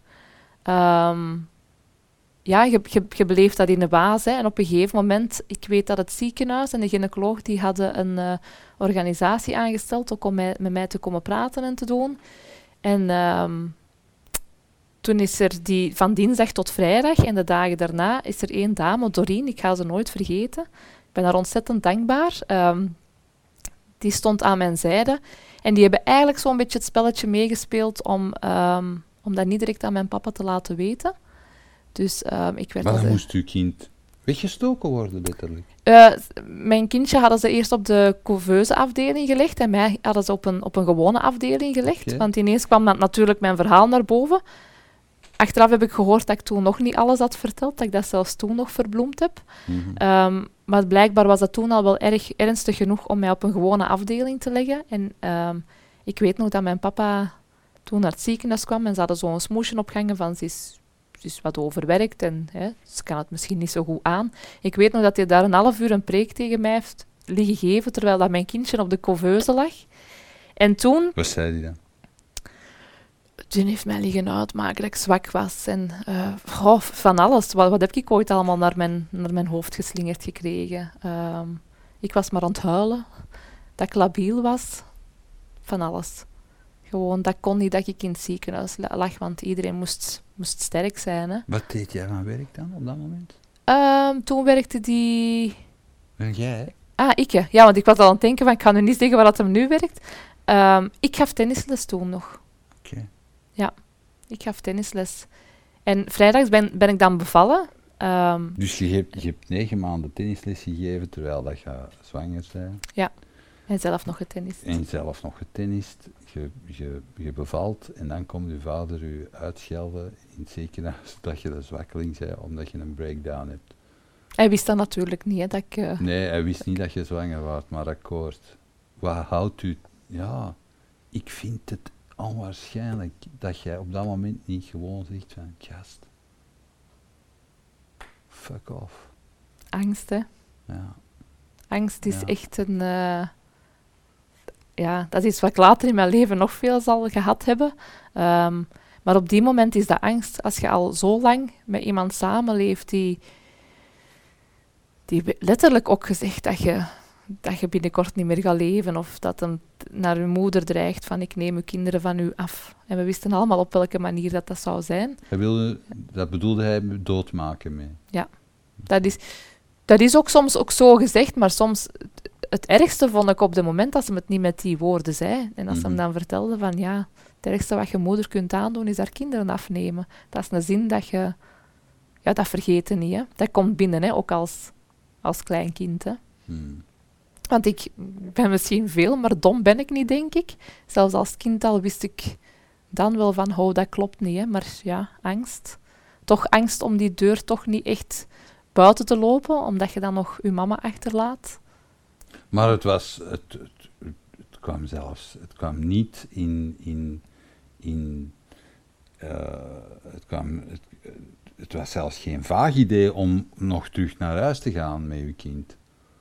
[SPEAKER 1] Um, Ja, je, je, je beleeft dat in de waas. Hè. En op een gegeven moment, ik weet dat het ziekenhuis en de gynaecoloog, die hadden een uh, organisatie aangesteld ook om mij, met mij te komen praten en te doen. En um, toen is er die, van dinsdag tot vrijdag en de dagen daarna, is er één dame, Doreen, ik ga ze nooit vergeten. Ik ben haar ontzettend dankbaar. Um, die stond aan mijn zijde. En die hebben eigenlijk zo'n beetje het spelletje meegespeeld om, um, om dat niet direct aan mijn papa te laten weten. Dus, um, ik werd
[SPEAKER 2] maar dan
[SPEAKER 1] de...
[SPEAKER 2] moest uw kind weggestoken worden, letterlijk?
[SPEAKER 1] Uh, mijn kindje hadden ze eerst op de couveuse afdeling gelegd en mij hadden ze op een, op een gewone afdeling gelegd. Okay. Want ineens kwam dat natuurlijk mijn verhaal naar boven. Achteraf heb ik gehoord dat ik toen nog niet alles had verteld, dat ik dat zelfs toen nog verbloemd heb. Mm-hmm. Um, maar blijkbaar was dat toen al wel erg ernstig genoeg om mij op een gewone afdeling te leggen. En um, ik weet nog dat mijn papa toen naar het ziekenhuis kwam en ze hadden zo'n smoesje opgehangen van ze is... Ze is wat overwerkt en hè, ze kan het misschien niet zo goed aan. Ik weet nog dat hij daar een half uur een preek tegen mij heeft liggen geven, terwijl dat mijn kindje op de couveuse lag. En toen...
[SPEAKER 2] Wat zei hij dan?
[SPEAKER 1] Toen heeft mij liggen uitmaken dat ik zwak was. En uh, oh, van alles. Wat, wat heb ik ooit allemaal naar mijn, naar mijn hoofd geslingerd gekregen? Um, ik was maar aan het huilen. Dat ik labiel was. Van alles. Gewoon, dat kon niet dat ik in het ziekenhuis lag, want iedereen moest, moest sterk zijn. Hè.
[SPEAKER 2] Wat deed jij van werk dan, op dat moment?
[SPEAKER 1] Um, toen werkte die...
[SPEAKER 2] En jij, hè?
[SPEAKER 1] Ah, ik, hè. Ja, want ik was al aan het denken van, ik ga nu niet zeggen waar dat hem nu werkt. Um, ik gaf tennisles toen nog.
[SPEAKER 2] Oké. Okay.
[SPEAKER 1] Ja, ik gaf tennisles. En vrijdags ben, ben ik dan bevallen. Um,
[SPEAKER 2] dus je hebt, je hebt negen maanden tennisles gegeven, terwijl dat je zwanger bent?
[SPEAKER 1] Ja. En zelf nog getennist.
[SPEAKER 2] En zelf nog getennist, je, je, je bevalt en dan komt je vader je uitschelden in het ziekenhuis dat je de zwakkeling bent, omdat je een breakdown hebt.
[SPEAKER 1] Hij wist dat natuurlijk niet, hè, dat ik... Uh...
[SPEAKER 2] Nee, hij wist niet dat je zwanger was, maar akkoord. Wat houdt u... Ja, ik vind het onwaarschijnlijk dat jij op dat moment niet gewoon zegt van, gast, fuck off.
[SPEAKER 1] Angst, hè.
[SPEAKER 2] Ja.
[SPEAKER 1] Angst is
[SPEAKER 2] Ja.
[SPEAKER 1] echt een... Uh, ja, dat is iets wat ik later in mijn leven nog veel zal gehad hebben. Um, maar op die moment is dat angst, als je al zo lang met iemand samenleeft die, die letterlijk ook gezegd dat je, dat je binnenkort niet meer gaat leven, of dat hem naar uw moeder dreigt van ik neem uw kinderen van u af. En we wisten allemaal op welke manier dat, dat zou zijn.
[SPEAKER 2] Hij wilde, dat bedoelde hij doodmaken mee.
[SPEAKER 1] Ja, dat is, dat is ook soms ook zo gezegd, maar soms... Het ergste vond ik op het moment dat ze het niet met die woorden zei. En als ze hem dan vertelde van ja, het ergste wat je moeder kunt aandoen is haar kinderen afnemen. Dat is een zin dat je... Ja, dat vergeet je niet, hè. Dat komt binnen, hè, ook als, als klein kind, hè.
[SPEAKER 2] Hmm.
[SPEAKER 1] Want ik ben misschien veel, maar dom ben ik niet, denk ik. Zelfs als kind al wist ik dan wel van, oh, dat klopt niet, hè. Maar ja, angst. Toch angst om die deur toch niet echt buiten te lopen, omdat je dan nog je mama achterlaat.
[SPEAKER 2] Maar het was, het, het, het, het kwam zelfs, het kwam niet in, in, in uh, het kwam, het, het was zelfs geen vaag idee om nog terug naar huis te gaan met je kind.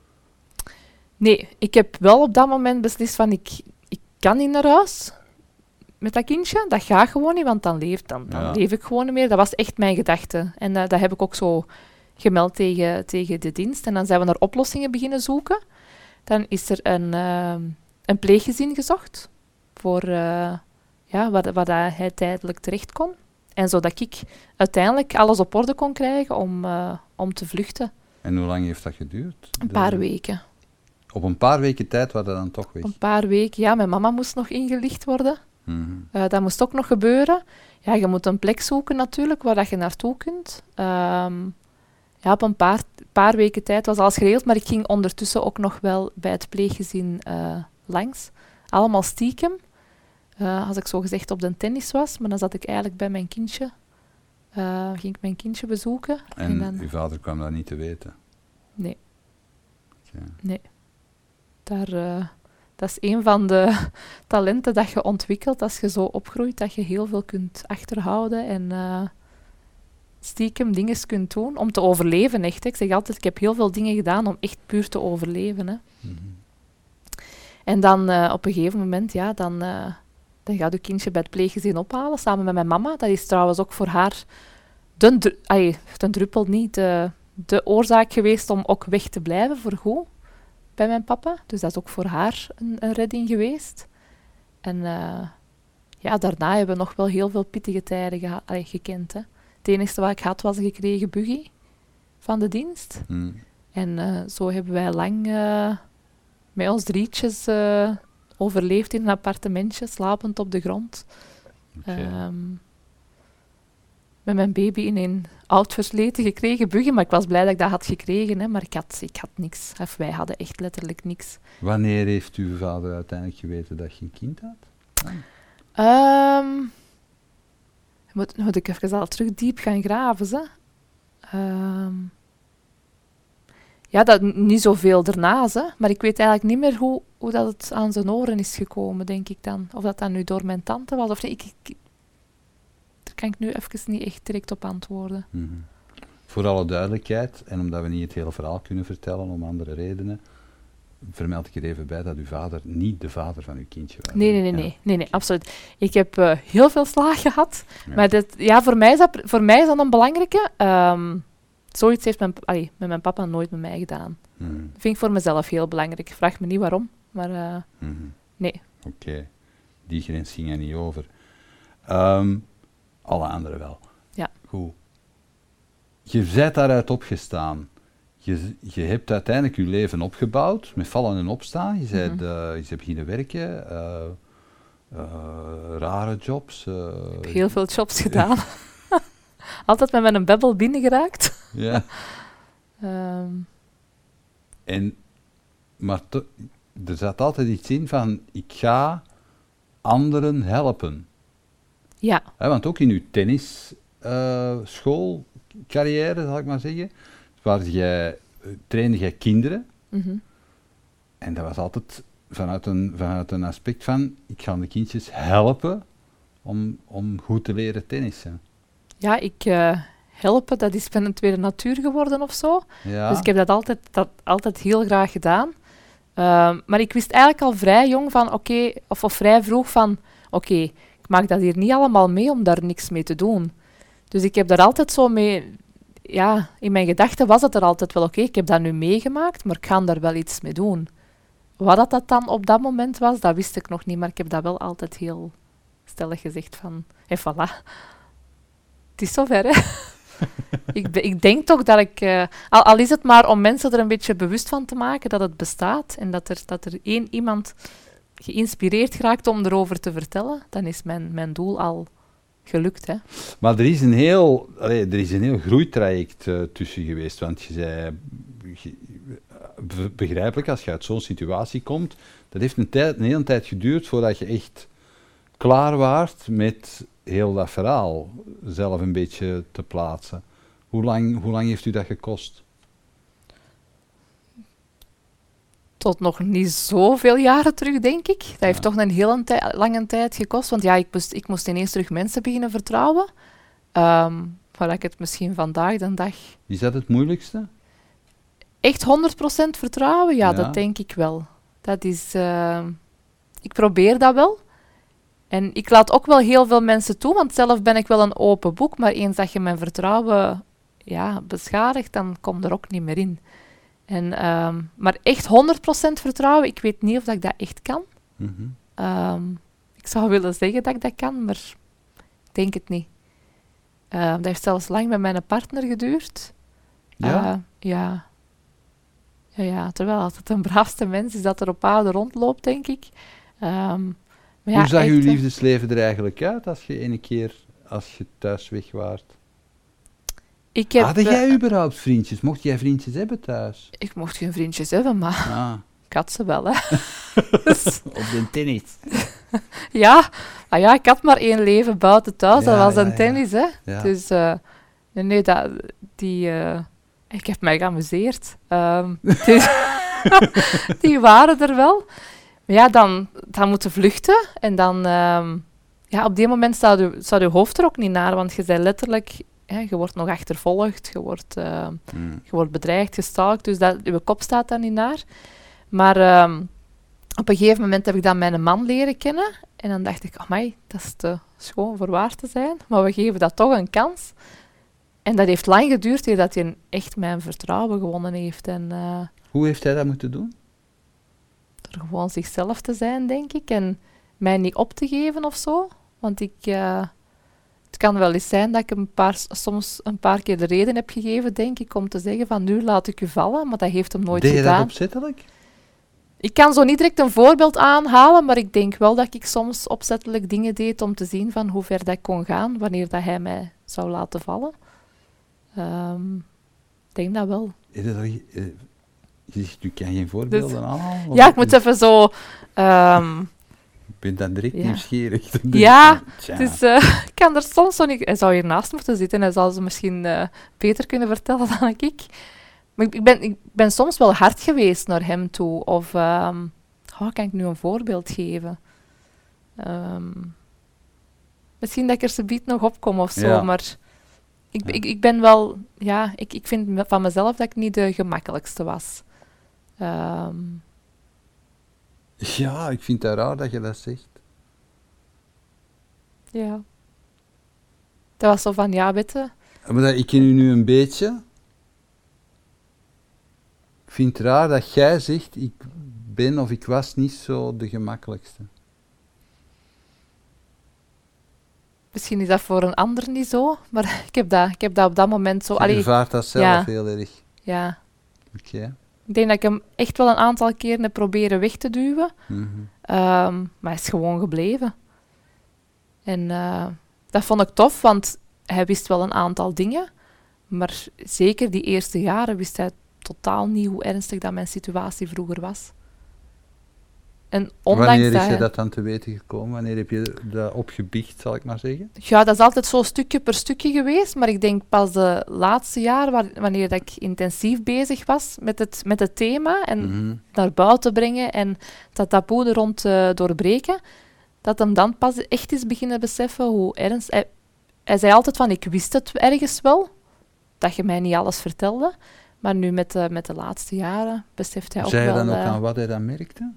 [SPEAKER 1] Nee, ik heb wel op dat moment beslist van, ik, ik kan niet naar huis met dat kindje, dat gaat gewoon niet, want dan leef, dan, dan
[SPEAKER 2] Ja.
[SPEAKER 1] leef ik gewoon niet meer. Dat was echt mijn gedachte. En uh, dat heb ik ook zo gemeld tegen, tegen de dienst. En dan zijn we naar oplossingen beginnen zoeken. Dan is er een, uh, een pleeggezin gezocht voor uh, ja, waar, waar hij tijdelijk terecht kon. En zodat ik uiteindelijk alles op orde kon krijgen om, uh, om te vluchten.
[SPEAKER 2] En hoe lang heeft dat geduurd?
[SPEAKER 1] Een
[SPEAKER 2] De,
[SPEAKER 1] paar weken.
[SPEAKER 2] Op een paar weken tijd was dat dan toch weg?
[SPEAKER 1] Een paar weken, ja. Mijn mama moest nog ingelicht worden.
[SPEAKER 2] Mm-hmm.
[SPEAKER 1] Uh, dat moest ook nog gebeuren. Ja, je moet een plek zoeken natuurlijk, waar dat je naartoe kunt. Um, Ja, op een paar, paar weken tijd was alles geregeld, maar ik ging ondertussen ook nog wel bij het pleeggezin uh, langs. Allemaal stiekem. Uh, als ik zo gezegd op de tennis was, maar dan zat ik eigenlijk bij mijn kindje. Uh, ging ik mijn kindje bezoeken.
[SPEAKER 2] En,
[SPEAKER 1] en dan...
[SPEAKER 2] uw vader kwam dat niet te weten?
[SPEAKER 1] Nee.
[SPEAKER 2] Okay.
[SPEAKER 1] Nee. Daar, uh, dat is een van de talenten dat je ontwikkelt als je zo opgroeit, dat je heel veel kunt achterhouden en... Uh, stiekem dingen kunt doen om te overleven, echt. Hè. Ik zeg altijd, ik heb heel veel dingen gedaan om echt puur te overleven. Hè.
[SPEAKER 2] Mm-hmm.
[SPEAKER 1] En dan uh, op een gegeven moment, ja, dan, uh, dan gaat uw kindje bij het pleeggezin ophalen, samen met mijn mama. Dat is trouwens ook voor haar de, dru- ay, de druppel niet, de, de oorzaak geweest om ook weg te blijven, voor goed, bij mijn papa. Dus dat is ook voor haar een, een redding geweest. En uh, ja, daarna hebben we nog wel heel veel pittige tijden geha- ay, gekend, hè. Het enige wat ik had was een gekregen buggy van de dienst.
[SPEAKER 2] Mm.
[SPEAKER 1] En uh, zo hebben wij lang uh, met ons drietjes uh, overleefd in een appartementje, slapend op de grond.
[SPEAKER 2] Okay.
[SPEAKER 1] Um, met mijn baby in een oud versleten gekregen buggy, maar ik was blij dat ik dat had gekregen, hè, maar ik had, ik had niks. Of wij hadden echt letterlijk niks.
[SPEAKER 2] Wanneer heeft uw vader uiteindelijk geweten dat je een kind had? Ah.
[SPEAKER 1] Um, Moet, moet ik even al terug diep gaan graven, hè? Um, ja, dat, niet zoveel ernaast, hè? Maar ik weet eigenlijk niet meer hoe, hoe dat het aan zijn oren is gekomen, denk ik dan. Of dat dan nu door mijn tante was of niet. Ik, ik, daar kan ik nu even niet echt direct op antwoorden.
[SPEAKER 2] Mm-hmm. Voor alle duidelijkheid, en omdat we niet het hele verhaal kunnen vertellen om andere redenen, vermeld ik er even bij dat uw vader niet de vader van uw kindje was.
[SPEAKER 1] Nee, nee, nee,
[SPEAKER 2] ja.
[SPEAKER 1] nee, nee, nee, absoluut. Ik heb uh, heel veel slaag gehad,
[SPEAKER 2] Ja.
[SPEAKER 1] maar dat, ja, voor, mij is dat, voor mij is dat een belangrijke. Um, zoiets heeft mijn, allee, met mijn papa nooit met mij gedaan.
[SPEAKER 2] Mm-hmm.
[SPEAKER 1] Dat vind ik voor mezelf heel belangrijk. Vraag me niet waarom, maar uh,
[SPEAKER 2] Mm-hmm.
[SPEAKER 1] nee.
[SPEAKER 2] Oké, okay. Die grens ging er niet over. Um, alle anderen wel.
[SPEAKER 1] Ja.
[SPEAKER 2] Goed. Je bent daaruit opgestaan. Je, je hebt uiteindelijk je leven opgebouwd, met vallen en opstaan. Je bent,
[SPEAKER 1] Mm-hmm.
[SPEAKER 2] uh, je bent beginnen werken, uh, uh, rare jobs. Uh,
[SPEAKER 1] Ik heb heel veel jobs gedaan. Altijd met mijn babbel binnengeraakt.
[SPEAKER 2] Ja.
[SPEAKER 1] um.
[SPEAKER 2] En, maar to, er zat altijd iets in van, ik ga anderen helpen.
[SPEAKER 1] Ja.
[SPEAKER 2] He, want ook in uw tennisschoolcarrière, uh, zal ik maar zeggen, waar jij, uh, trainde jij kinderen.
[SPEAKER 1] Mm-hmm.
[SPEAKER 2] En dat was altijd vanuit een, vanuit een aspect van, ik ga de kindjes helpen om, om goed te leren tennissen?
[SPEAKER 1] Ja, ik uh, helpen, dat is mijn tweede natuur geworden of zo.
[SPEAKER 2] Ja.
[SPEAKER 1] Dus ik heb dat altijd, dat altijd heel graag gedaan. Uh, maar ik wist eigenlijk al vrij jong van, oké, okay, of, of vrij vroeg van, oké, okay, ik maak dat hier niet allemaal mee om daar niks mee te doen. Dus ik heb daar altijd zo mee, ja, in mijn gedachten was het er altijd wel, oké, okay, ik heb dat nu meegemaakt, maar ik ga daar wel iets mee doen. Wat dat, dat dan op dat moment was, dat wist ik nog niet, maar ik heb dat wel altijd heel stellig gezegd van, en voilà, het is zover, hè. ik, be, ik denk toch dat ik, uh, al, al is het maar om mensen er een beetje bewust van te maken dat het bestaat en dat er, dat er één iemand geïnspireerd geraakt om erover te vertellen, dan is mijn, mijn doel al gelukt, hè.
[SPEAKER 2] Maar er is een heel, allee, er is een heel groeitraject uh, tussen geweest, want je zei, je, begrijpelijk, als je uit zo'n situatie komt, dat heeft een, tijd, een hele tijd geduurd voordat je echt klaar waart met heel dat verhaal zelf een beetje te plaatsen. Hoe lang, hoe lang heeft u dat gekost?
[SPEAKER 1] Tot nog niet zoveel jaren terug, denk ik. Dat ja. heeft toch een hele tij- lange tijd gekost, want ja, ik moest, ik moest ineens terug mensen beginnen vertrouwen. Um, waar ik het misschien vandaag de dag...
[SPEAKER 2] Is dat het moeilijkste?
[SPEAKER 1] Echt honderd procent vertrouwen? Ja,
[SPEAKER 2] ja,
[SPEAKER 1] dat denk ik wel. Dat is... Uh, ik probeer dat wel. En ik laat ook wel heel veel mensen toe, want zelf ben ik wel een open boek, maar eens dat je mijn vertrouwen ja, beschadigt, dan kom er ook niet meer in. En, um, maar echt honderd procent vertrouwen, ik weet niet of dat ik dat echt kan.
[SPEAKER 2] Mm-hmm.
[SPEAKER 1] Um, ik zou willen zeggen dat ik dat kan, maar ik denk het niet. Uh, dat heeft zelfs lang met mijn partner geduurd.
[SPEAKER 2] Ja?
[SPEAKER 1] Uh, ja. Ja, ja, terwijl als het een braafste mens is dat er op aarde rondloopt, denk ik. Um, maar ja,
[SPEAKER 2] Hoe zag
[SPEAKER 1] echt,
[SPEAKER 2] uw liefdesleven er eigenlijk uit als je ene keer, als je thuis weg waart?
[SPEAKER 1] Ik heb,
[SPEAKER 2] Hadden jij überhaupt vriendjes? Mocht jij vriendjes hebben thuis?
[SPEAKER 1] Ik mocht geen vriendjes hebben, maar
[SPEAKER 2] ah.
[SPEAKER 1] ik had ze wel, hè. dus,
[SPEAKER 2] op de tennis.
[SPEAKER 1] ja, ah ja, ik had maar één leven buiten thuis,
[SPEAKER 2] ja,
[SPEAKER 1] dat was
[SPEAKER 2] ja,
[SPEAKER 1] een tennis,
[SPEAKER 2] ja.
[SPEAKER 1] hè.
[SPEAKER 2] Ja.
[SPEAKER 1] Dus, uh, nee, nee, dat, die... Uh, ik heb mij geamuseerd. Um, die, die waren er wel. Maar ja, dan, dan moeten vluchten. En dan... Um, ja, op die moment staat je, staat je hoofd er ook niet naar, want je bent letterlijk... Ja, je wordt nog achtervolgd, je wordt, uh, mm. je wordt bedreigd, gestalkt, dus dat, je kop staat daar niet naar. Maar um, op een gegeven moment heb ik dan mijn man leren kennen. En dan dacht ik, amai, dat is te schoon voor waar te zijn. Maar we geven dat toch een kans. En dat heeft lang geduurd eer dat hij echt mijn vertrouwen gewonnen heeft. En, uh,
[SPEAKER 2] Hoe heeft hij dat moeten doen?
[SPEAKER 1] Door gewoon zichzelf te zijn, denk ik. En mij niet op te geven of zo. Want ik... Uh, Het kan wel eens zijn dat ik een paar, soms een paar keer de reden heb gegeven, denk ik, om te zeggen van nu laat ik u vallen, maar dat heeft hem nooit
[SPEAKER 2] Deed je
[SPEAKER 1] gedaan.
[SPEAKER 2] dat opzettelijk?
[SPEAKER 1] Ik kan zo niet direct een voorbeeld aanhalen, maar ik denk wel dat ik soms opzettelijk dingen deed om te zien van hoe ver dat kon gaan, wanneer dat hij mij zou laten vallen. Um, ik denk dat wel.
[SPEAKER 2] Is dat, uh, je zegt, u kan geen voorbeelden dus, aanhalen?
[SPEAKER 1] Ja, ik moet even zo... Um,
[SPEAKER 2] Ik ben dan direct
[SPEAKER 1] ja.
[SPEAKER 2] nieuwsgierig.
[SPEAKER 1] Ja, dus uh, ik kan er soms zo niet... Hij zou hiernaast moeten zitten en hij zou ze misschien uh, beter kunnen vertellen dan ik. Maar ik, ik, ben, ik ben soms wel hard geweest naar hem toe. Of, um, oh, kan ik nu een voorbeeld geven? Um, misschien dat ik er zometeen nog op kom of zo,
[SPEAKER 2] ja.
[SPEAKER 1] maar... Ik,
[SPEAKER 2] ja.
[SPEAKER 1] ik, ik ben wel... Ja, ik, ik vind van mezelf dat ik niet de gemakkelijkste was. Um,
[SPEAKER 2] Ja, ik vind het raar dat je dat zegt.
[SPEAKER 1] Ja. Dat was zo van, ja, weet je...
[SPEAKER 2] Maar dat, ik ken u nu een beetje. Ik vind het raar dat jij zegt, ik ben of ik was niet zo de gemakkelijkste.
[SPEAKER 1] Misschien is dat voor een ander niet zo, maar ik heb dat, ik heb dat op dat moment zo...
[SPEAKER 2] Je
[SPEAKER 1] allee,
[SPEAKER 2] ervaart dat zelf
[SPEAKER 1] ja.
[SPEAKER 2] heel erg.
[SPEAKER 1] Ja.
[SPEAKER 2] Oké. Okay.
[SPEAKER 1] Ik denk dat ik hem echt wel een aantal keren heb proberen weg te duwen.
[SPEAKER 2] Mm-hmm.
[SPEAKER 1] Um, maar hij is gewoon gebleven. En uh, dat vond ik tof, want hij wist wel een aantal dingen. Maar zeker die eerste jaren wist hij totaal niet hoe ernstig dat mijn situatie vroeger was. En ondanks
[SPEAKER 2] Wanneer is
[SPEAKER 1] dat
[SPEAKER 2] je
[SPEAKER 1] hij,
[SPEAKER 2] dat dan te weten gekomen? Wanneer heb je dat opgebiecht, zal ik maar zeggen?
[SPEAKER 1] Ja, dat is altijd zo stukje per stukje geweest. Maar ik denk pas de laatste jaren, waar, wanneer dat ik intensief bezig was met het, met het thema en
[SPEAKER 2] mm-hmm.
[SPEAKER 1] naar buiten brengen en dat taboe er rond uh, doorbreken, dat hem dan pas echt is beginnen beseffen hoe ernst... Hij, hij zei altijd van, ik wist het ergens wel, dat je mij niet alles vertelde. Maar nu met de, met de laatste jaren beseft hij ook
[SPEAKER 2] Zei
[SPEAKER 1] wel...
[SPEAKER 2] Zei hij dan
[SPEAKER 1] uh,
[SPEAKER 2] ook aan wat hij dan merkte?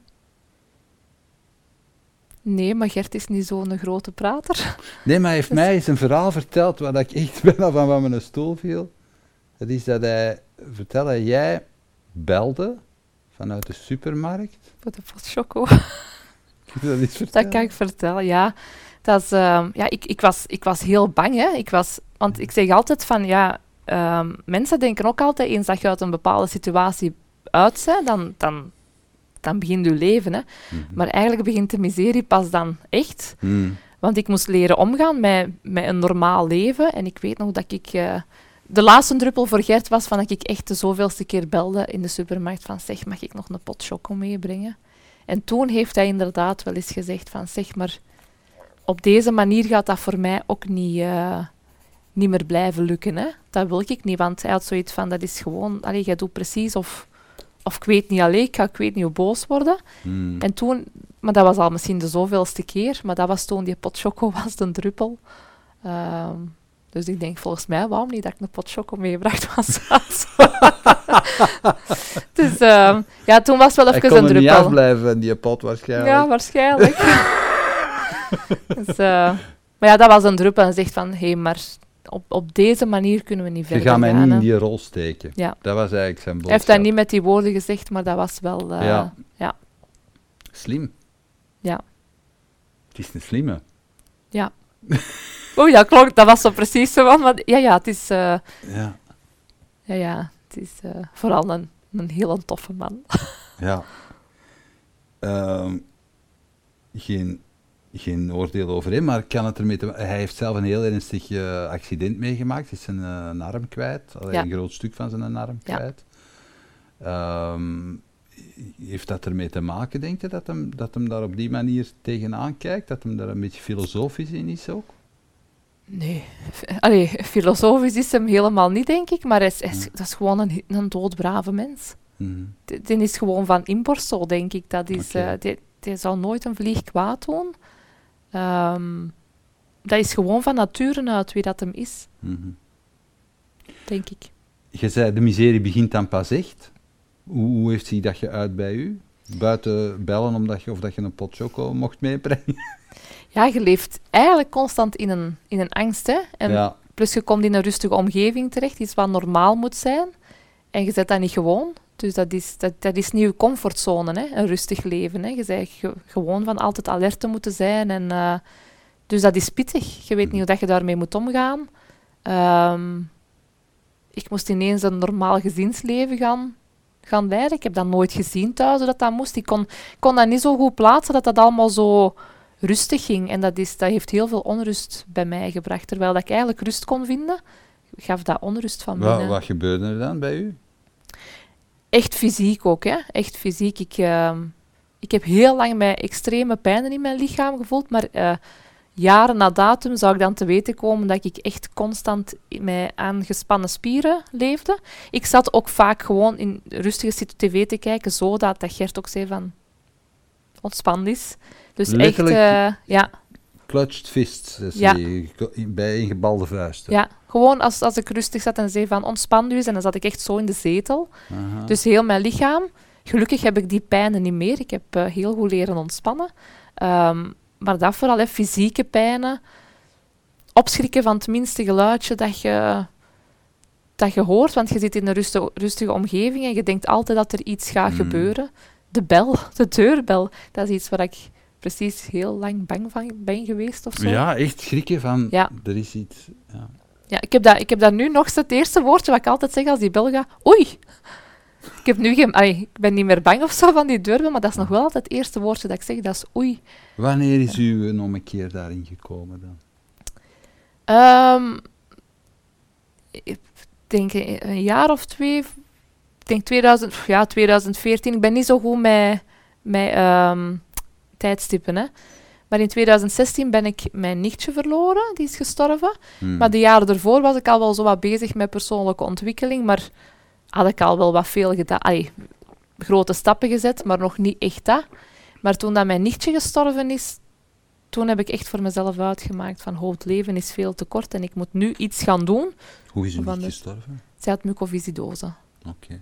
[SPEAKER 1] Nee, maar Gert is niet zo'n grote prater.
[SPEAKER 2] Nee, maar hij heeft
[SPEAKER 1] dus...
[SPEAKER 2] mij eens een verhaal verteld waar ik echt bijna van van mijn stoel viel. Dat is dat hij vertelde, jij belde vanuit de supermarkt.
[SPEAKER 1] Voor de pot choco.
[SPEAKER 2] Kun je dat eens vertellen?
[SPEAKER 1] Dat kan ik vertellen, ja. Dat is, uh, ja ik, ik, was, ik was heel bang, hè. Ik was, want ik zeg altijd van, ja... Um, mensen denken ook altijd, eens dat je uit een bepaalde situatie uit bent, dan, dan, dan begint je leven. Hè. Mm-hmm. Maar eigenlijk begint de miserie pas dan echt. Mm. Want ik moest leren omgaan met, met een normaal leven. En ik weet nog dat ik... Uh, de laatste druppel voor Gert was van dat ik echt de zoveelste keer belde in de supermarkt van zeg, mag ik nog een pot choco meebrengen? En toen heeft hij inderdaad wel eens gezegd van zeg, maar op deze manier gaat dat voor mij ook niet... Uh, niet meer blijven lukken. Hè? Dat wil ik niet, want hij had zoiets van, dat is gewoon, allee, jij doet precies of, of ik weet niet alleen, ik ga ik weet niet hoe boos worden. Mm. En toen, maar dat was al misschien de zoveelste keer, maar dat was toen die pot choco was, de druppel. Um, dus ik denk, volgens mij, waarom niet dat ik een pot choco meebracht van s'avonds. Dus um, ja, toen was wel even een druppel.
[SPEAKER 2] Hij kon er niet afblijven in die pot waarschijnlijk.
[SPEAKER 1] Ja, waarschijnlijk. dus, uh, maar ja, dat was een druppel en zegt van, hé, hey, maar... Op, op deze manier kunnen we niet verder gaan.
[SPEAKER 2] Je gaat mij
[SPEAKER 1] gaan,
[SPEAKER 2] niet in die rol steken.
[SPEAKER 1] Ja.
[SPEAKER 2] Dat was eigenlijk zijn boodschap.
[SPEAKER 1] Hij heeft dat niet met die woorden gezegd, maar dat was wel... Uh,
[SPEAKER 2] ja.
[SPEAKER 1] ja.
[SPEAKER 2] Slim.
[SPEAKER 1] Ja.
[SPEAKER 2] Het is een slimme.
[SPEAKER 1] Ja. Oei, dat klonk... Dat was zo precies zo van... Maar ja, ja, het is... Uh,
[SPEAKER 2] ja.
[SPEAKER 1] Ja, ja. Het is uh, vooral een, een heel toffe man.
[SPEAKER 2] ja. Um, geen... Geen oordeel over hem, maar kan het ermee te Hij heeft zelf een heel ernstig uh, accident meegemaakt. Hij is zijn uh, een arm kwijt. Allee, ja. Een groot stuk van zijn arm kwijt. Ja. Um, heeft dat ermee te maken, denk je, dat hem, dat hem daar op die manier tegenaan kijkt? Dat hem daar een beetje filosofisch in is ook?
[SPEAKER 1] Nee. Allee, filosofisch is hem helemaal niet, denk ik. Maar hij is, hij is, dat is gewoon een, een doodbrave mens. Mm-hmm. Die is gewoon van inborstel, denk ik. Dat is... Okay. Uh, die, die zal nooit een vlieg kwaad doen. Um, dat is gewoon van nature uit wie dat hem is. Mm-hmm. Denk ik.
[SPEAKER 2] Je zei, de miserie begint dan pas echt. Hoe, hoe heeft zich dat geuit bij u? Buiten bellen omdat je, of dat je een pot choco mocht meebrengen?
[SPEAKER 1] Ja, je leeft eigenlijk constant in een, in een angst. Hè? En ja. Plus je komt in een rustige omgeving terecht, iets wat normaal moet zijn. En je zet dat niet gewoon. Dus dat is, dat, dat is niet je comfortzone, hè? Een rustig leven. Hè? Je bent ge, gewoon van altijd alert te moeten zijn. En, uh, dus dat is pittig. Je weet niet hoe dat je daarmee moet omgaan. Um, ik moest ineens een normaal gezinsleven gaan, gaan leiden. Ik heb dat nooit gezien thuis, hoe dat, dat moest. Ik kon, kon dat niet zo goed plaatsen, dat dat allemaal zo rustig ging. En dat, is, dat heeft heel veel onrust bij mij gebracht. Terwijl dat ik eigenlijk rust kon vinden, gaf dat onrust van binnen.
[SPEAKER 2] Wat, wat gebeurde er dan bij u?
[SPEAKER 1] Echt fysiek ook, hè. Echt fysiek. Ik, uh, ik heb heel lang met extreme pijnen in mijn lichaam gevoeld, maar uh, jaren na datum zou ik dan te weten komen dat ik echt constant met aangespannen spieren leefde. Ik zat ook vaak gewoon in rustige tv te kijken, zodat dat Gert ook zei van ontspan is. Dus
[SPEAKER 2] letterlijk
[SPEAKER 1] echt, uh, ja.
[SPEAKER 2] Clutched fists, dus
[SPEAKER 1] ja.
[SPEAKER 2] die, bij ingebalde vuisten.
[SPEAKER 1] Ja, gewoon als, als ik rustig zat en zei van ontspan nu eens, en dan zat ik echt zo in de zetel.
[SPEAKER 2] Aha.
[SPEAKER 1] Dus heel mijn lichaam. Gelukkig heb ik die pijnen niet meer. Ik heb uh, heel goed leren ontspannen. Um, maar dat vooral, hè, fysieke pijnen. Opschrikken van het minste geluidje dat je, dat je hoort, want je zit in een rustige, rustige omgeving en je denkt altijd dat er iets gaat mm. gebeuren. De bel, de deurbel, dat is iets waar ik precies heel lang bang van ben geweest of zo.
[SPEAKER 2] Ja, echt schrikken van,
[SPEAKER 1] ja.
[SPEAKER 2] er is iets... Ja,
[SPEAKER 1] ja ik, heb dat, ik heb dat nu nog eens het eerste woordje wat ik altijd zeg als die bel gaat. Oei! Ik, heb nu geen, allee, ik ben niet meer bang of zo van die deurbel, maar dat is nog wel altijd het eerste woordje dat ik zeg, dat is oei.
[SPEAKER 2] Wanneer is u uh, nog een keer daarin gekomen dan?
[SPEAKER 1] Um, ik denk een jaar of twee, ik denk tweeduizend, ja, twintig veertien. Ik ben niet zo goed met, met um, tijdstippen, hè. Maar in twintig zestien ben ik mijn nichtje verloren, die is gestorven. Hmm. Maar de jaren ervoor was ik al wel zo wat bezig met persoonlijke ontwikkeling, maar had ik al wel wat veel gedaan. Allee, grote stappen gezet, maar nog niet echt dat. Maar toen dat mijn nichtje gestorven is, toen heb ik echt voor mezelf uitgemaakt van, oh, het leven is veel te kort en ik moet nu iets gaan doen.
[SPEAKER 2] Hoe is u
[SPEAKER 1] Van
[SPEAKER 2] niet
[SPEAKER 1] de-
[SPEAKER 2] gestorven?
[SPEAKER 1] Zij had mucoviscidose.
[SPEAKER 2] Oké.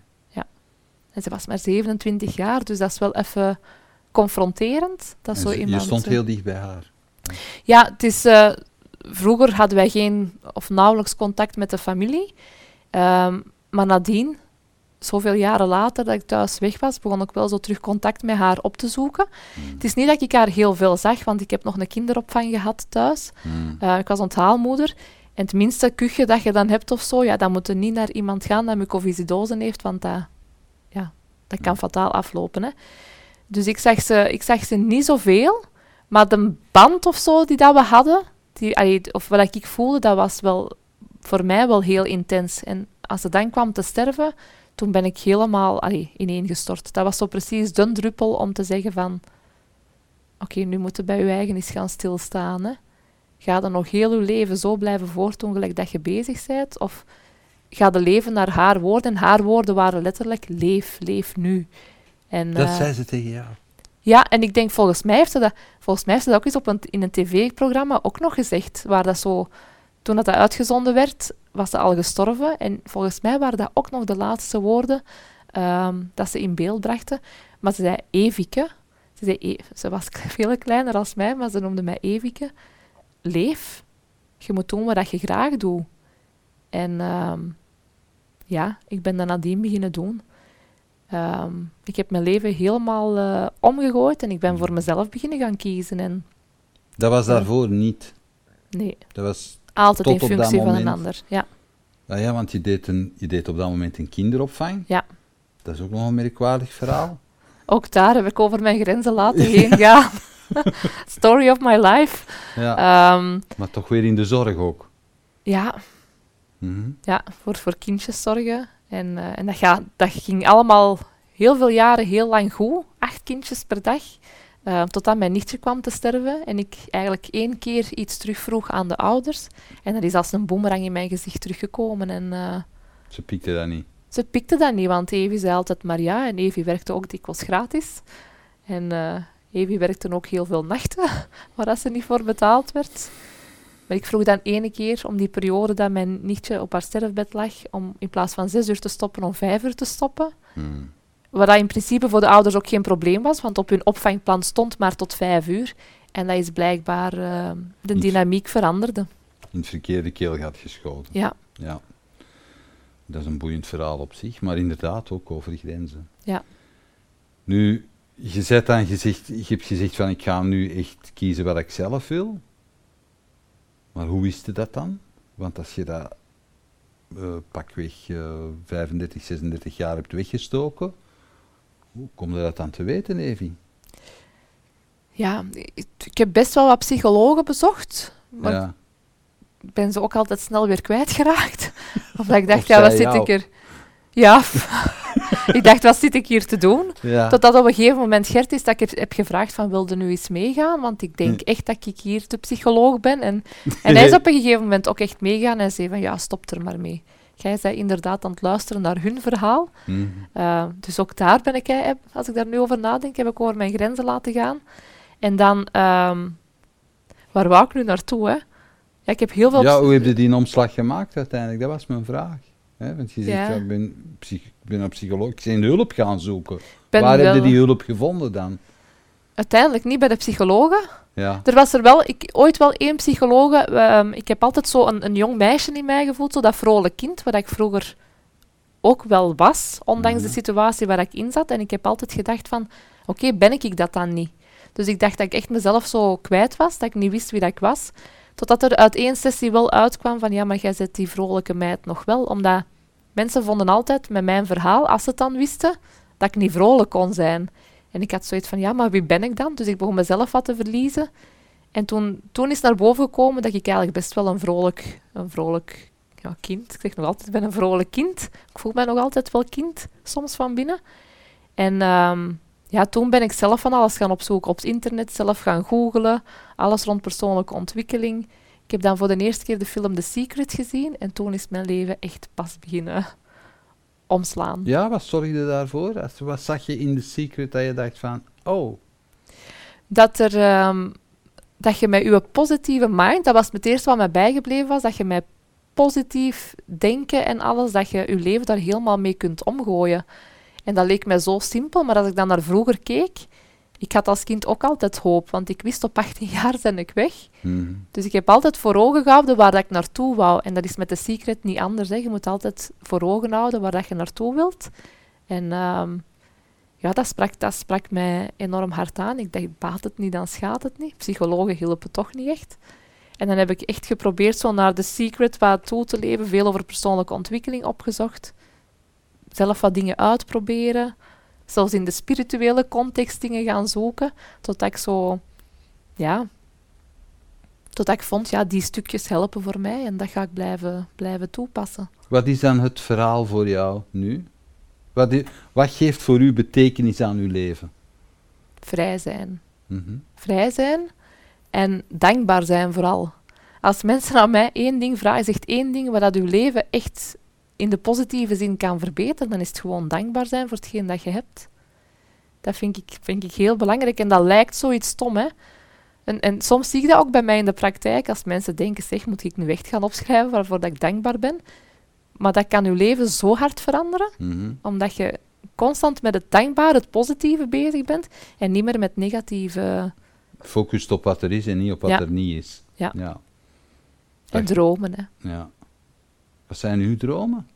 [SPEAKER 1] En ze was maar zevenentwintig jaar, dus dat is wel even confronterend. Dat
[SPEAKER 2] En
[SPEAKER 1] zo
[SPEAKER 2] ze-
[SPEAKER 1] iemand...
[SPEAKER 2] Je stond heel dicht bij haar.
[SPEAKER 1] Ja, het is... eh, vroeger hadden wij geen of nauwelijks contact met de familie. Ehm, maar nadien, zoveel jaren later dat ik thuis weg was, begon ik wel zo terug contact met haar op te zoeken.
[SPEAKER 2] Mm.
[SPEAKER 1] Het is niet dat ik haar heel veel zag, want ik heb nog een kinderopvang gehad thuis.
[SPEAKER 2] Mm.
[SPEAKER 1] Eh, ik was onthaalmoeder. En het minste kuchje dat je dan hebt of zo, ja, dan moet je niet naar iemand gaan dat mucoviscidose heeft, want dat, ja, dat kan fataal aflopen. Hè. Dus ik zag, ze, ik zag ze niet zoveel, maar de band of zo die dat we hadden, die, allee, of wat ik voelde, dat was wel voor mij wel heel intens. En als ze dan kwam te sterven, toen ben ik helemaal allee, ineengestort. Dat was zo precies de druppel om te zeggen van, oké, nu moet je bij je eigen eens gaan stilstaan. Hè. Ga je nog heel je leven zo blijven voortdoen gelijk dat je bezig bent? Of ga je leven naar haar woorden? En haar woorden waren letterlijk, leef, leef nu. En,
[SPEAKER 2] Dat
[SPEAKER 1] eh,
[SPEAKER 2] zei ze tegen jou.
[SPEAKER 1] ja, en ik denk, volgens mij heeft ze dat, volgens mij heeft ze dat ook eens op een, in een tv-programma ook nog gezegd, waar dat zo, toen dat, dat uitgezonden werd, was ze al gestorven. En volgens mij waren dat ook nog de laatste woorden ehm, dat ze in beeld brachten. Maar ze zei Evike. Ze, zei, e- ze was veel kleiner als mij, maar ze noemde mij Evike. Leef. Je moet doen wat je graag doet. En ehm, ja, ik ben dat nadien beginnen doen. Ehm, ik heb mijn leven helemaal eh, omgegooid en ik ben voor mezelf beginnen gaan kiezen. En
[SPEAKER 2] Dat was daarvoor niet.
[SPEAKER 1] nee,
[SPEAKER 2] Dat was...
[SPEAKER 1] altijd
[SPEAKER 2] Tot
[SPEAKER 1] in
[SPEAKER 2] op dat
[SPEAKER 1] functie van een
[SPEAKER 2] moment.
[SPEAKER 1] ander. Ja.
[SPEAKER 2] Ah ja, want je deed, een, je deed op dat moment een kinderopvang.
[SPEAKER 1] Ja.
[SPEAKER 2] Dat is ook nog een merkwaardig verhaal.
[SPEAKER 1] Ook daar heb ik over mijn grenzen laten heen gaan. Story of my life.
[SPEAKER 2] Ja,
[SPEAKER 1] Ehm,
[SPEAKER 2] maar toch weer in de zorg ook.
[SPEAKER 1] ja,
[SPEAKER 2] Mhm.
[SPEAKER 1] ja, voor, voor kindjes zorgen. En, eh, en dat, ga, dat ging allemaal heel veel jaren heel lang goed. Acht kindjes per dag. Uh, totdat mijn nichtje kwam te sterven. En ik eigenlijk één keer iets terugvroeg aan de ouders. En dat is als een boemerang in mijn gezicht teruggekomen. En uh,
[SPEAKER 2] Ze pikte dat niet.
[SPEAKER 1] ze pikte dat niet, want Evi zei altijd maar ja. En Evi werkte ook dikwijls gratis. En uh, Evi werkte ook heel veel nachten, waar dat ze niet voor betaald werd. Maar ik vroeg dan ene keer om die periode dat mijn nichtje op haar sterfbed lag, om in plaats van zes uur te stoppen, om vijf uur te stoppen.
[SPEAKER 2] Hmm.
[SPEAKER 1] Wat dat in principe voor de ouders ook geen probleem was, want op hun opvangplan stond maar tot vijf uur. En dat is blijkbaar uh, de
[SPEAKER 2] Iets.
[SPEAKER 1] dynamiek veranderde.
[SPEAKER 2] In het verkeerde keelgat geschoten.
[SPEAKER 1] Ja,
[SPEAKER 2] Ja. Dat is een boeiend verhaal op zich, maar inderdaad ook over grenzen.
[SPEAKER 1] ja.
[SPEAKER 2] Nu, je, zet dan gezegd, je hebt gezegd van ik ga nu echt kiezen wat ik zelf wil. Maar hoe wist je dat dan? Want als je dat uh, pakweg uh, vijfendertig, zesendertig jaar hebt weggestoken, hoe kom je dat dan te weten, Evi?
[SPEAKER 1] Ja, ik, ik heb best wel wat psychologen bezocht, maar
[SPEAKER 2] Ja.
[SPEAKER 1] ik ben ze ook altijd snel weer kwijtgeraakt. Of dat ik dacht,
[SPEAKER 2] Of
[SPEAKER 1] ja, wat
[SPEAKER 2] zij
[SPEAKER 1] zit
[SPEAKER 2] jou.
[SPEAKER 1] ik er... Ja, ik dacht, wat zit ik hier te doen?
[SPEAKER 2] Ja.
[SPEAKER 1] Totdat op een gegeven moment Gert is dat ik heb, heb gevraagd van, wilde nu eens meegaan? Want ik denk
[SPEAKER 2] Hm.
[SPEAKER 1] echt dat ik hier de psycholoog ben. En, en hij is op een gegeven moment ook echt meegaan en zei van, ja, stop er maar mee. Jij zei inderdaad aan het luisteren naar hun verhaal.
[SPEAKER 2] Mhm.
[SPEAKER 1] Uh, dus ook daar ben ik, hè, als ik daar nu over nadenk, heb ik over mijn grenzen laten gaan. En dan, um, waar wou ik nu naartoe, hè? Ja, ik heb heel veel...
[SPEAKER 2] Ja, hoe heb je die omslag gemaakt uiteindelijk? Dat was mijn vraag. Hè? Want je zegt,
[SPEAKER 1] Ja.
[SPEAKER 2] ja, ik ben, psych- ik ben een psycholoog, ik ben hulp gaan zoeken.
[SPEAKER 1] ben
[SPEAKER 2] Waar heb
[SPEAKER 1] wel-
[SPEAKER 2] je die hulp gevonden dan?
[SPEAKER 1] Uiteindelijk niet bij de psychologen.
[SPEAKER 2] Ja.
[SPEAKER 1] Er was er wel, ik, ooit wel één psychologe. Um, ik heb altijd zo een, een jong meisje in mij gevoeld, zo dat vrolijk kind, wat ik vroeger ook wel was, ondanks
[SPEAKER 2] Mhm.
[SPEAKER 1] de situatie waar ik in zat. En ik heb altijd gedacht van, oké, ben ik dat dan niet? Dus ik dacht dat ik echt mezelf zo kwijt was, dat ik niet wist wie dat ik was. Totdat er uit één sessie wel uitkwam van, ja, maar jij zet die vrolijke meid nog wel. Omdat mensen vonden altijd met mijn verhaal, als ze het dan wisten, dat ik niet vrolijk kon zijn. En ik had zoiets van, ja, maar wie ben ik dan? Dus ik begon mezelf wat te verliezen. En toen, toen is naar boven gekomen dat ik eigenlijk best wel een vrolijk, een vrolijk ja, kind... Ik zeg nog altijd, ik ben een vrolijk kind. Ik voel mij nog altijd wel kind, soms van binnen. En um, ja, toen ben ik zelf van alles gaan opzoeken op het internet, zelf gaan googlen, alles rond persoonlijke ontwikkeling. Ik heb dan voor de eerste keer de film The Secret gezien en toen is mijn leven echt pas beginnen omslaan.
[SPEAKER 2] Ja, wat zorgde daarvoor? Als- Wat zag je in The Secret dat je dacht van, oh,
[SPEAKER 1] Dat er... Um, dat je met je positieve mind, dat was het eerste wat mij bijgebleven was, dat je met positief denken en alles, dat je je leven daar helemaal mee kunt omgooien. En dat leek mij zo simpel, maar als ik dan naar vroeger keek, ik had als kind ook altijd hoop, want ik wist op achttien jaar ben ik weg.
[SPEAKER 2] Mm.
[SPEAKER 1] Dus ik heb altijd voor ogen gehouden waar dat ik naartoe wou. En dat is met de Secret niet anders. Hè. Je moet altijd voor ogen houden waar dat je naartoe wilt. En um, ja, dat sprak, dat sprak mij enorm hard aan. Ik dacht, baat het niet, dan schaadt het niet. Psychologen hielpen toch niet echt. En dan heb ik echt geprobeerd zo naar de Secret wat toe te leven. Veel over persoonlijke ontwikkeling opgezocht. Zelf wat dingen uitproberen. Zelfs in de spirituele context dingen gaan zoeken. Totdat ik zo... Ja... Totdat ik vond, ja, die stukjes helpen voor mij. En dat ga ik blijven, blijven toepassen.
[SPEAKER 2] Wat is dan het verhaal voor jou nu? Wat, i- wat geeft voor u betekenis aan uw leven?
[SPEAKER 1] Vrij zijn.
[SPEAKER 2] Mhm.
[SPEAKER 1] Vrij zijn. En dankbaar zijn vooral. Als mensen aan mij één ding vragen, zegt één ding waar dat uw leven echt in de positieve zin kan verbeteren, dan is het gewoon dankbaar zijn voor hetgeen dat je hebt. Dat vind ik, vind ik heel belangrijk. En dat lijkt zoiets stom, hè. En, en soms zie ik dat ook bij mij in de praktijk, als mensen denken, zeg, moet ik nu echt gaan opschrijven waarvoor dat ik dankbaar ben. Maar dat kan uw leven zo hard veranderen,
[SPEAKER 2] Mhm.
[SPEAKER 1] omdat je constant met het dankbare, het positieve bezig bent en niet meer met negatieve
[SPEAKER 2] Focust op wat er is en niet op wat
[SPEAKER 1] Ja.
[SPEAKER 2] er niet is.
[SPEAKER 1] Ja.
[SPEAKER 2] Ja.
[SPEAKER 1] en
[SPEAKER 2] Echt?
[SPEAKER 1] dromen. Hè.
[SPEAKER 2] Ja. Wat zijn uw dromen?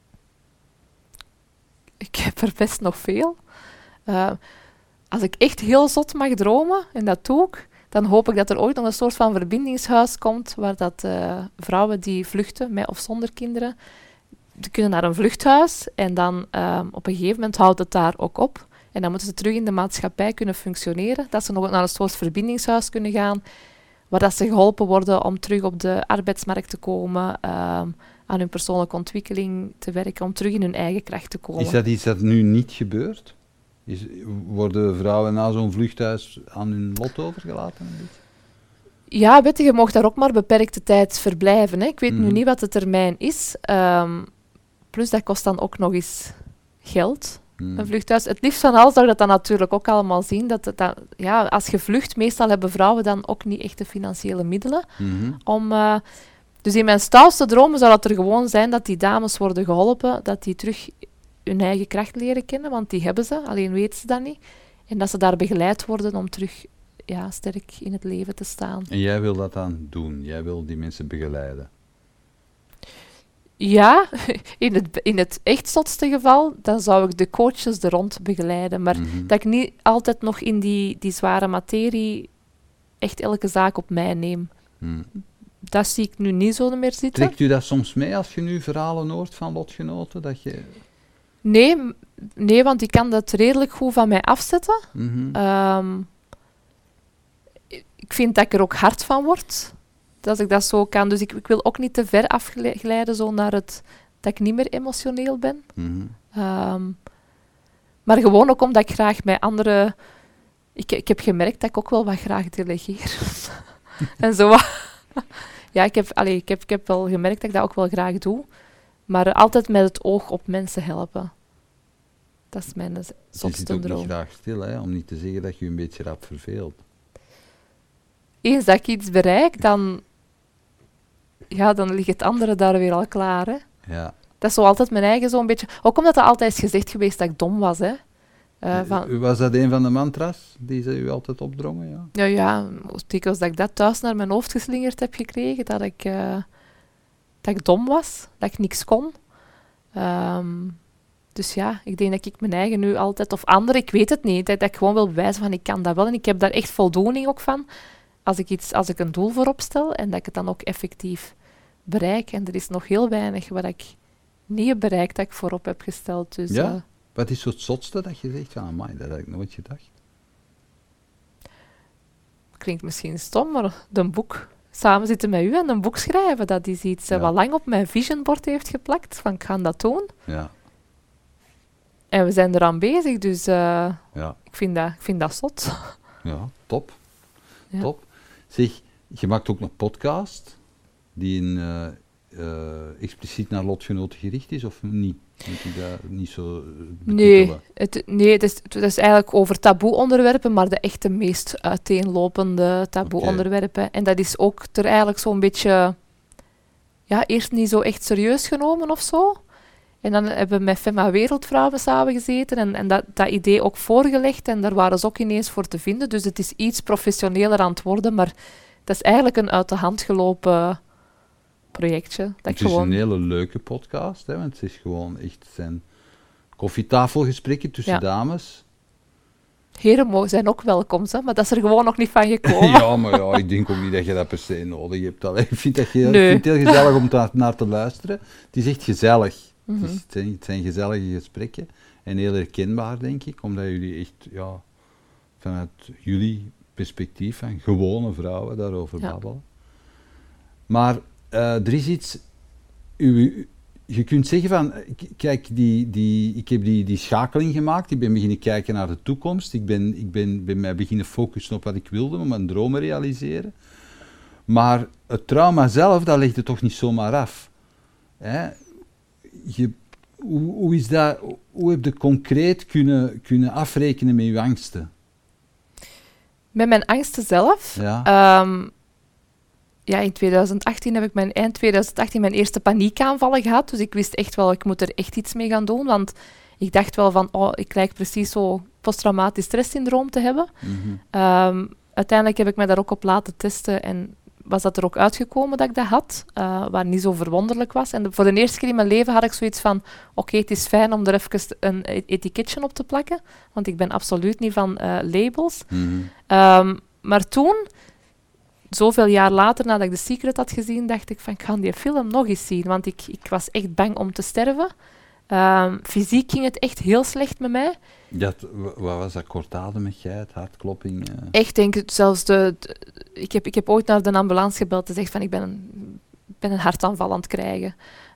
[SPEAKER 1] Ik heb er best nog veel. Uh, als ik echt heel zot mag dromen, en dat doe ik, dan hoop ik dat er ooit nog een soort van verbindingshuis komt, waar dat uh, vrouwen die vluchten, met of zonder kinderen, die kunnen naar een vluchthuis en dan uh, op een gegeven moment houdt het daar ook op. En dan moeten ze terug in de maatschappij kunnen functioneren, dat ze nog naar een soort verbindingshuis kunnen gaan, waar dat ze geholpen worden om terug op de arbeidsmarkt te komen, uh, aan hun persoonlijke ontwikkeling te werken, om terug in hun eigen kracht te komen.
[SPEAKER 2] Is dat iets dat nu niet gebeurt? Is, worden vrouwen na zo'n vluchthuis aan hun lot overgelaten? Een beetje?
[SPEAKER 1] Ja, weet je, je mag daar ook maar beperkte tijd verblijven. Hè. Ik weet
[SPEAKER 2] Mhm.
[SPEAKER 1] nu niet wat de termijn is. Um, plus, dat kost dan ook nog eens geld,
[SPEAKER 2] Hmm.
[SPEAKER 1] een vluchthuis. Het liefst van alles zou je dat dan natuurlijk ook allemaal zien. Dat het dat, ja, als je vlucht, meestal hebben vrouwen dan ook niet echt de financiële middelen
[SPEAKER 2] Mhm.
[SPEAKER 1] om... Uh, dus in mijn stoutste dromen zou het er gewoon zijn dat die dames worden geholpen, dat die terug hun eigen kracht leren kennen, want die hebben ze, alleen weten ze dat niet. En dat ze daar begeleid worden om terug ja, sterk in het leven te staan.
[SPEAKER 2] En jij wil dat dan doen? Jij wil die mensen begeleiden?
[SPEAKER 1] Ja, in het, in het echt zotste geval, dan zou ik de coaches er rond begeleiden. Maar
[SPEAKER 2] Mhm.
[SPEAKER 1] dat ik niet altijd nog in die, die zware materie echt elke zaak op mij neem.
[SPEAKER 2] Hmm.
[SPEAKER 1] Dat zie ik nu niet zo meer zitten.
[SPEAKER 2] Trekt u dat soms mee als je nu verhalen hoort van lotgenoten? Dat je...
[SPEAKER 1] Nee, m- nee, want ik kan dat redelijk goed van mij afzetten.
[SPEAKER 2] Mhm.
[SPEAKER 1] Um, ik vind dat ik er ook hard van word, dat ik dat zo kan. Dus ik, ik wil ook niet te ver afglijden zo naar het dat ik niet meer emotioneel ben.
[SPEAKER 2] Mhm.
[SPEAKER 1] Um, maar gewoon ook omdat ik graag met anderen... Ik, ik heb gemerkt dat ik ook wel wat graag delegeer. en zo wat... ja, ik heb, allee, ik, heb, ik heb wel gemerkt dat ik dat ook wel graag doe. Maar altijd met het oog op mensen helpen. Dat is mijn
[SPEAKER 2] Je zit
[SPEAKER 1] zotste
[SPEAKER 2] ook niet
[SPEAKER 1] droom.
[SPEAKER 2] graag stil, hè, om niet te zeggen dat je je een beetje rap verveelt.
[SPEAKER 1] Eens dat ik iets bereik, dan... Ja, dan ligt het andere daar weer al klaar, hè.
[SPEAKER 2] Ja.
[SPEAKER 1] Dat is zo altijd mijn eigen zo'n beetje... Ook omdat het altijd is gezegd geweest dat ik dom was, hè. Uh, van,
[SPEAKER 2] Was dat een van de mantra's die ze u altijd opdrongen? Ja.
[SPEAKER 1] ja, ja, dikwijls dat ik dat thuis naar mijn hoofd geslingerd heb gekregen, dat ik, uh, dat ik dom was, dat ik niks kon. Um, dus ja, ik denk dat ik mijn eigen nu altijd... Of anderen, ik weet het niet, dat, dat ik gewoon wil bewijzen van ik kan dat wel. En ik heb daar echt voldoening ook van, als ik, iets, als ik een doel voorop stel en dat ik het dan ook effectief bereik. En er is nog heel weinig wat ik niet heb bereikt dat ik voorop heb gesteld. Dus,
[SPEAKER 2] Ja?
[SPEAKER 1] uh,
[SPEAKER 2] Wat is zo het zotste dat je zegt van, amai, dat had ik nooit gedacht?
[SPEAKER 1] Klinkt misschien stom, maar een boek samen zitten met u en een boek schrijven, dat is iets uh,
[SPEAKER 2] Ja.
[SPEAKER 1] wat lang op mijn visionbord heeft geplakt, van ik ga dat doen.
[SPEAKER 2] Ja,
[SPEAKER 1] En we zijn eraan bezig, dus uh,
[SPEAKER 2] ja,
[SPEAKER 1] ik, vind dat, ik vind dat zot.
[SPEAKER 2] ja, top.
[SPEAKER 1] Ja.
[SPEAKER 2] Top. Zeg, je maakt ook een podcast die in, uh, uh, expliciet naar lotgenoten gericht is, of niet? Moet ik dat niet zo
[SPEAKER 1] Nee, het, nee het, is, het is eigenlijk over taboe-onderwerpen, maar de echte meest uiteenlopende taboe-onderwerpen. Okay. En dat is ook er eigenlijk zo'n beetje... Ja, eerst niet zo echt serieus genomen of zo. En dan hebben we met Femma Wereldvrouwen samen gezeten en, en dat, dat idee ook voorgelegd. En daar waren ze ook ineens voor te vinden. Dus het is iets professioneler aan het worden, maar dat is eigenlijk een uit de hand gelopen projectje. Dat
[SPEAKER 2] het
[SPEAKER 1] gewoon...
[SPEAKER 2] is een hele leuke podcast, hè, want het is gewoon echt het zijn koffietafelgesprekken tussen ja. dames.
[SPEAKER 1] Heren zijn ook welkom, hè, maar dat is er gewoon nog niet van gekomen.
[SPEAKER 2] Ja, maar ja, ik denk ook niet dat je dat per se nodig hebt. Allee, ik vind dat je, nee. ik vind het heel gezellig om ta- naar te luisteren. Het is echt gezellig. Mm-hmm. Het, is, het, zijn, het zijn gezellige gesprekken en heel herkenbaar, denk ik, omdat jullie echt ja, vanuit jullie perspectief van gewone vrouwen daarover ja. babbelen. Maar uh, er is iets... U, je kunt zeggen van, kijk, die, die, ik heb die, die schakeling gemaakt, ik ben beginnen kijken naar de toekomst, ik ben, ik ben, ben mij beginnen focussen op wat ik wilde, om mijn dromen realiseren. Maar het trauma zelf, dat legt het toch niet zomaar af. Hè? Je, hoe, hoe, is dat, hoe heb je concreet kunnen, kunnen afrekenen met je angsten?
[SPEAKER 1] Met mijn angsten zelf?
[SPEAKER 2] Ja.
[SPEAKER 1] Um, Ja, in twintig achttien heb ik mijn, eind twintig achttien mijn eerste paniekaanvallen gehad. Dus ik wist echt wel, ik moet er echt iets mee gaan doen. Want ik dacht wel van, oh, ik lijk precies zo posttraumatisch stresssyndroom te hebben.
[SPEAKER 2] Mm-hmm.
[SPEAKER 1] Um, uiteindelijk heb ik mij daar ook op laten testen en was dat er ook uitgekomen dat ik dat had. Uh, wat niet zo verwonderlijk was. En de, voor de eerste keer in mijn leven had ik zoiets van, oké, okay, het is fijn om er even een etiketje op te plakken. Want ik ben absoluut niet van uh, labels.
[SPEAKER 2] Mm-hmm.
[SPEAKER 1] Um, maar toen... Zoveel jaar later, nadat ik The Secret had gezien, dacht ik van, ik ga die film nog eens zien. Want ik, ik was echt bang om te sterven. Um, fysiek ging het echt heel slecht met mij.
[SPEAKER 2] Ja, t- wat was dat? Kortademigheid, hartklopping? Uh...
[SPEAKER 1] Echt, denk ik, zelfs de... de ik, heb, ik heb ooit naar de ambulance gebeld en gezegd van, ik ben een, ben een hartaanval aan het krijgen.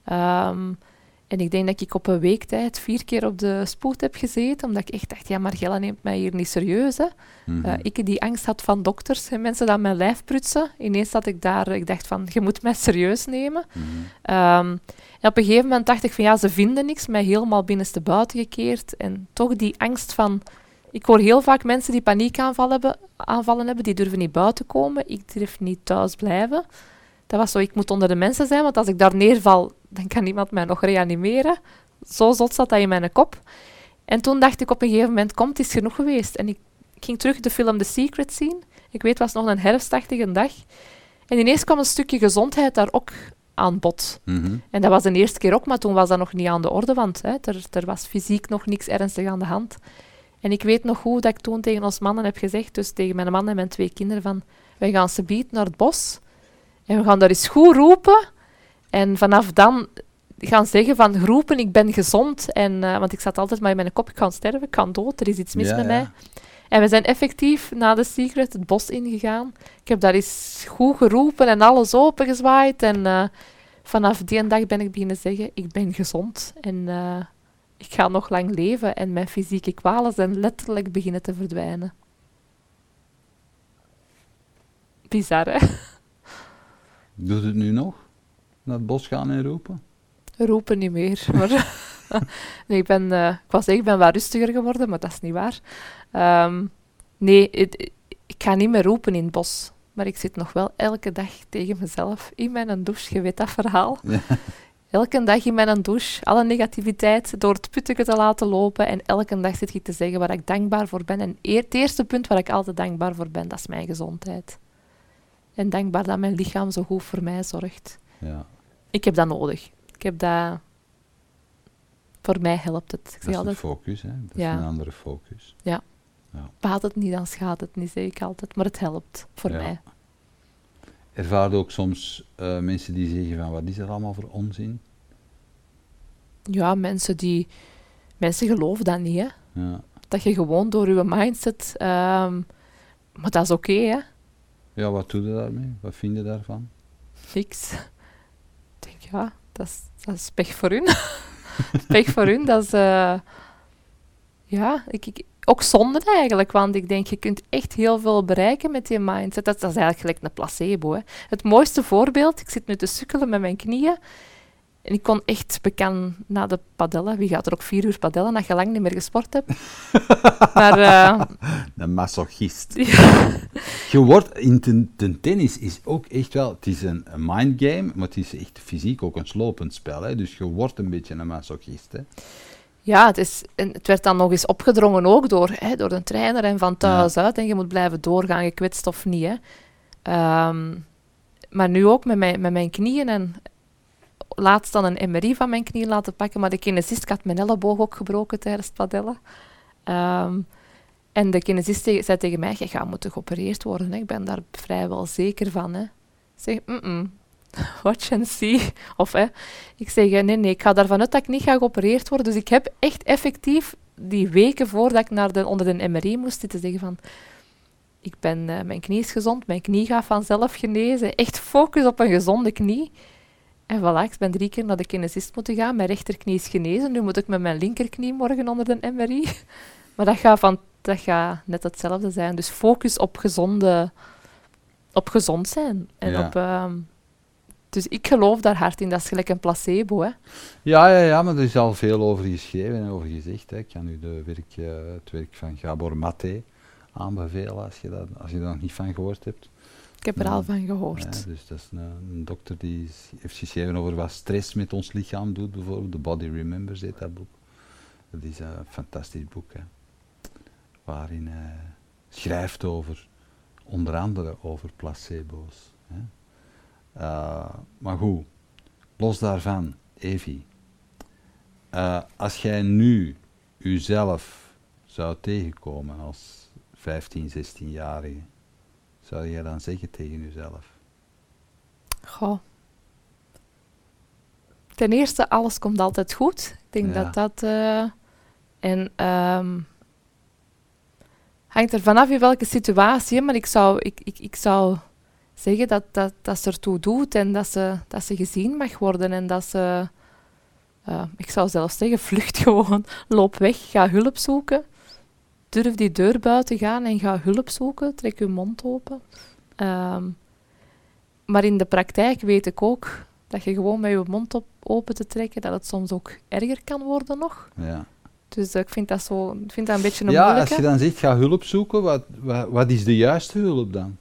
[SPEAKER 1] Um, en ik denk dat ik op een week tijd vier keer op de spoed heb gezeten, omdat ik echt dacht, ja, Margella neemt mij hier niet serieus, hè. Mm-hmm. Uh, ik die angst had van dokters en mensen die aan mijn lijf prutsen. Ineens zat ik daar, ik dacht van, je moet mij serieus nemen.
[SPEAKER 2] Mm-hmm.
[SPEAKER 1] Um, en op een gegeven moment dacht ik van, ja, ze vinden niks, mij helemaal binnenstebuiten gekeerd. En toch die angst van... Ik hoor heel vaak mensen die paniekaanvallen hebben, aanvallen hebben, die durven niet buiten komen. Ik durf niet thuis blijven. Dat was zo, ik moet onder de mensen zijn, want als ik daar neerval, dan kan niemand mij nog reanimeren. Zo zot zat dat in mijn kop. En toen dacht ik op een gegeven moment, kom, het is genoeg geweest. En ik, ik ging terug de film The Secret zien. Ik weet, het was nog een herfstachtige dag. En ineens kwam een stukje gezondheid daar ook aan bod.
[SPEAKER 2] Mm-hmm.
[SPEAKER 1] En dat was de eerste keer ook, maar toen was dat nog niet aan de orde, want hè, er, er was fysiek nog niks ernstig aan de hand. En ik weet nog goed dat ik toen tegen ons mannen heb gezegd, dus tegen mijn man en mijn twee kinderen, van, wij gaan subiet naar het bos en we gaan daar eens goed roepen. En vanaf dan gaan zeggen van, roepen, ik ben gezond. En, uh, want ik zat altijd maar in mijn kop, ik ga sterven, ik ga dood, er is iets mis
[SPEAKER 2] ja,
[SPEAKER 1] met
[SPEAKER 2] ja.
[SPEAKER 1] mij. En we zijn effectief na The Secret het bos ingegaan. Ik heb daar eens goed geroepen en alles opengezwaaid. En uh, vanaf die dag ben ik beginnen zeggen, ik ben gezond. En uh, ik ga nog lang leven. En mijn fysieke kwalen zijn letterlijk beginnen te verdwijnen. Bizar, hè?
[SPEAKER 2] Doet het nu nog? Naar het bos gaan en roepen?
[SPEAKER 1] Roepen niet meer. Maar nee, ik, ben, uh, ik was zeggen, ik ben wel rustiger geworden, maar dat is niet waar. Um, nee, het, ik ga niet meer roepen in het bos. Maar ik zit nog wel elke dag tegen mezelf in mijn douche. Je weet dat verhaal.
[SPEAKER 2] Ja.
[SPEAKER 1] Elke dag in mijn douche, alle negativiteit door het putteke te laten lopen. En elke dag zit ik te zeggen waar ik dankbaar voor ben. En eer, het eerste punt waar ik altijd dankbaar voor ben, dat is mijn gezondheid. En dankbaar dat mijn lichaam zo goed voor mij zorgt.
[SPEAKER 2] Ja.
[SPEAKER 1] Ik heb dat nodig. Ik heb dat... Voor mij helpt het. Ik
[SPEAKER 2] dat
[SPEAKER 1] zeg
[SPEAKER 2] is
[SPEAKER 1] altijd,
[SPEAKER 2] een focus, hè? Dat
[SPEAKER 1] ja.
[SPEAKER 2] is een andere focus.
[SPEAKER 1] Ja.
[SPEAKER 2] ja.
[SPEAKER 1] Baat het niet, dan schaadt het niet, zeg ik altijd. Maar het helpt voor
[SPEAKER 2] ja.
[SPEAKER 1] mij.
[SPEAKER 2] Ervaar je ook soms uh, mensen die zeggen van, wat is dat allemaal voor onzin?
[SPEAKER 1] Ja, mensen die... Mensen geloven dat niet, hè.
[SPEAKER 2] Ja.
[SPEAKER 1] Dat je gewoon door je mindset... Um, maar dat is oké, okay, hè.
[SPEAKER 2] Ja, wat doe je daarmee? Wat vind je daarvan?
[SPEAKER 1] Niks. Ik denk, ja, dat is, dat is pech voor hun. Pech voor hun, dat is... Uh, ja, ik, ik, ook zonde eigenlijk, want ik denk, je kunt echt heel veel bereiken met je mindset. Dat, dat is eigenlijk gelijk een placebo, hè. Het mooiste voorbeeld, ik zit nu te sukkelen met mijn knieën, En ik kon echt bekend na de padellen. Wie gaat er ook vier uur padellen als je lang niet meer gesport hebt? maar... Uh,
[SPEAKER 2] een masochist. Je wordt in ten, ten tennis is ook echt wel... Het is een, een mindgame, maar het is echt fysiek ook een slopend spel. Hè? Dus je wordt een beetje een masochist. Hè?
[SPEAKER 1] Ja, het, is, en het werd dan nog eens opgedrongen ook door, hè, door de trainer en van thuis ja. uit. En je moet blijven doorgaan, gekwetst of niet. Hè. Um, maar nu ook met mijn, met mijn knieën en laatst dan een M R I van mijn knieën laten pakken. Maar de kinesist had mijn elleboog ook gebroken tijdens het padellen. Um, en de kinesist zei tegen mij, je gaat moeten geopereerd worden. Hè. Ik ben daar vrijwel zeker van. Hè. Ik zeg, mm-mm. Watch and see. Of, hè. Ik zeg, nee, nee, ik ga daarvan uit dat ik niet ga geopereerd worden. Dus ik heb echt effectief die weken voordat ik naar de, onder de M R I moest zitten zeggen van... Ik ben, uh, mijn knie is gezond, mijn knie gaat vanzelf genezen. Echt focus op een gezonde knie. En voilà, ik ben drie keer naar de kinesist moeten gaan. Mijn rechterknie is genezen. Nu moet ik met mijn linkerknie morgen onder de M R I. Maar dat gaat, van, dat gaat net hetzelfde zijn. Dus focus op, gezonde, op gezond zijn. En
[SPEAKER 2] ja.
[SPEAKER 1] op... Um, Dus ik geloof daar hard in, dat is gelijk een placebo. Hè?
[SPEAKER 2] Ja, ja, ja, maar er is al veel over geschreven en over gezegd. Hè. Ik kan u de werk, uh, het werk van Gabor Maté aanbevelen, als je, dat, als je daar nog niet van gehoord hebt.
[SPEAKER 1] Ik heb er
[SPEAKER 2] nou,
[SPEAKER 1] al van gehoord.
[SPEAKER 2] Ja, dus dat is een, een dokter die is, heeft geschreven over wat stress met ons lichaam doet, bijvoorbeeld. The Body Remembers heet dat boek. Dat is een fantastisch boek, hè. Waarin hij schrijft over, onder andere over placebo's. Hè. Uh, maar goed, los daarvan, Evie. Uh, als jij nu jezelf zou tegenkomen als vijftien, zestienjarige, zou jij dan zeggen tegen jezelf?
[SPEAKER 1] Goh. Ten eerste, alles komt altijd goed. Ik denk ja. dat dat... Uh, en um, hangt er vanaf in welke situatie, maar ik zou... Ik, ik, ik zou zeggen dat, dat, dat ze ertoe doet en dat ze, dat ze gezien mag worden en dat ze... Uh, ik zou zelfs zeggen, vlucht gewoon, loop weg, ga hulp zoeken. Durf die deur buiten gaan en ga hulp zoeken, trek je mond open. Um, maar in de praktijk weet ik ook dat je gewoon met je mond op, open te trekken, dat het soms ook erger kan worden nog.
[SPEAKER 2] Ja.
[SPEAKER 1] Dus uh, ik vind dat, zo, ik vind dat een beetje een
[SPEAKER 2] ja,
[SPEAKER 1] moeilijke.
[SPEAKER 2] Als je dan zegt, ga hulp zoeken, wat, wat, wat is de juiste hulp dan?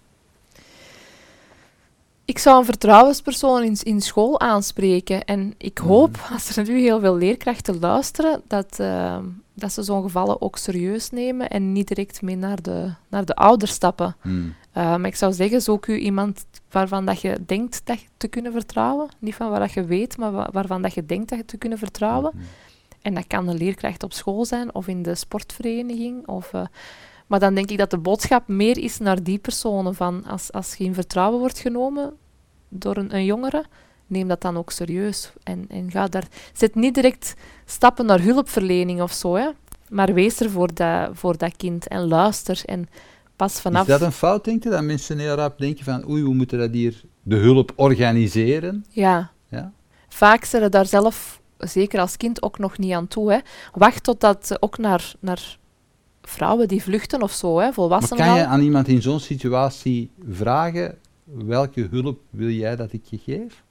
[SPEAKER 1] Ik zou een vertrouwenspersoon in, in school aanspreken. En ik hoop, mm. als er nu heel veel leerkrachten luisteren, dat, uh, dat ze zo'n gevallen ook serieus nemen en niet direct mee naar de, naar de ouders stappen. Mm. Uh, maar ik zou zeggen, zoek u iemand waarvan dat je denkt dat je te kunnen vertrouwen. Niet van waar dat je weet, maar wa- waarvan dat je denkt dat je te kunnen vertrouwen. Mm-hmm. En dat kan een leerkracht op school zijn of in de sportvereniging. Of, uh, maar dan denk ik dat de boodschap meer is naar die personen. Van als, als je in vertrouwen wordt genomen door een, een jongere, neem dat dan ook serieus. En, en ga daar, zet niet direct stappen naar hulpverlening of zo, hè, maar wees er voor dat, voor dat kind en luister. En pas vanaf...
[SPEAKER 2] Is dat een fout, denk je? Dat mensen heel rap denken van oei, we moeten dat hier, de hulp organiseren?
[SPEAKER 1] Ja.
[SPEAKER 2] ja?
[SPEAKER 1] Vaak zijn ze daar zelf, zeker als kind, ook nog niet aan toe. Hè. Wacht totdat ze ook naar... naar vrouwen die vluchten of zo, hè, volwassenen.
[SPEAKER 2] Maar kan je aan iemand in zo'n situatie vragen, welke hulp wil jij dat ik je geef?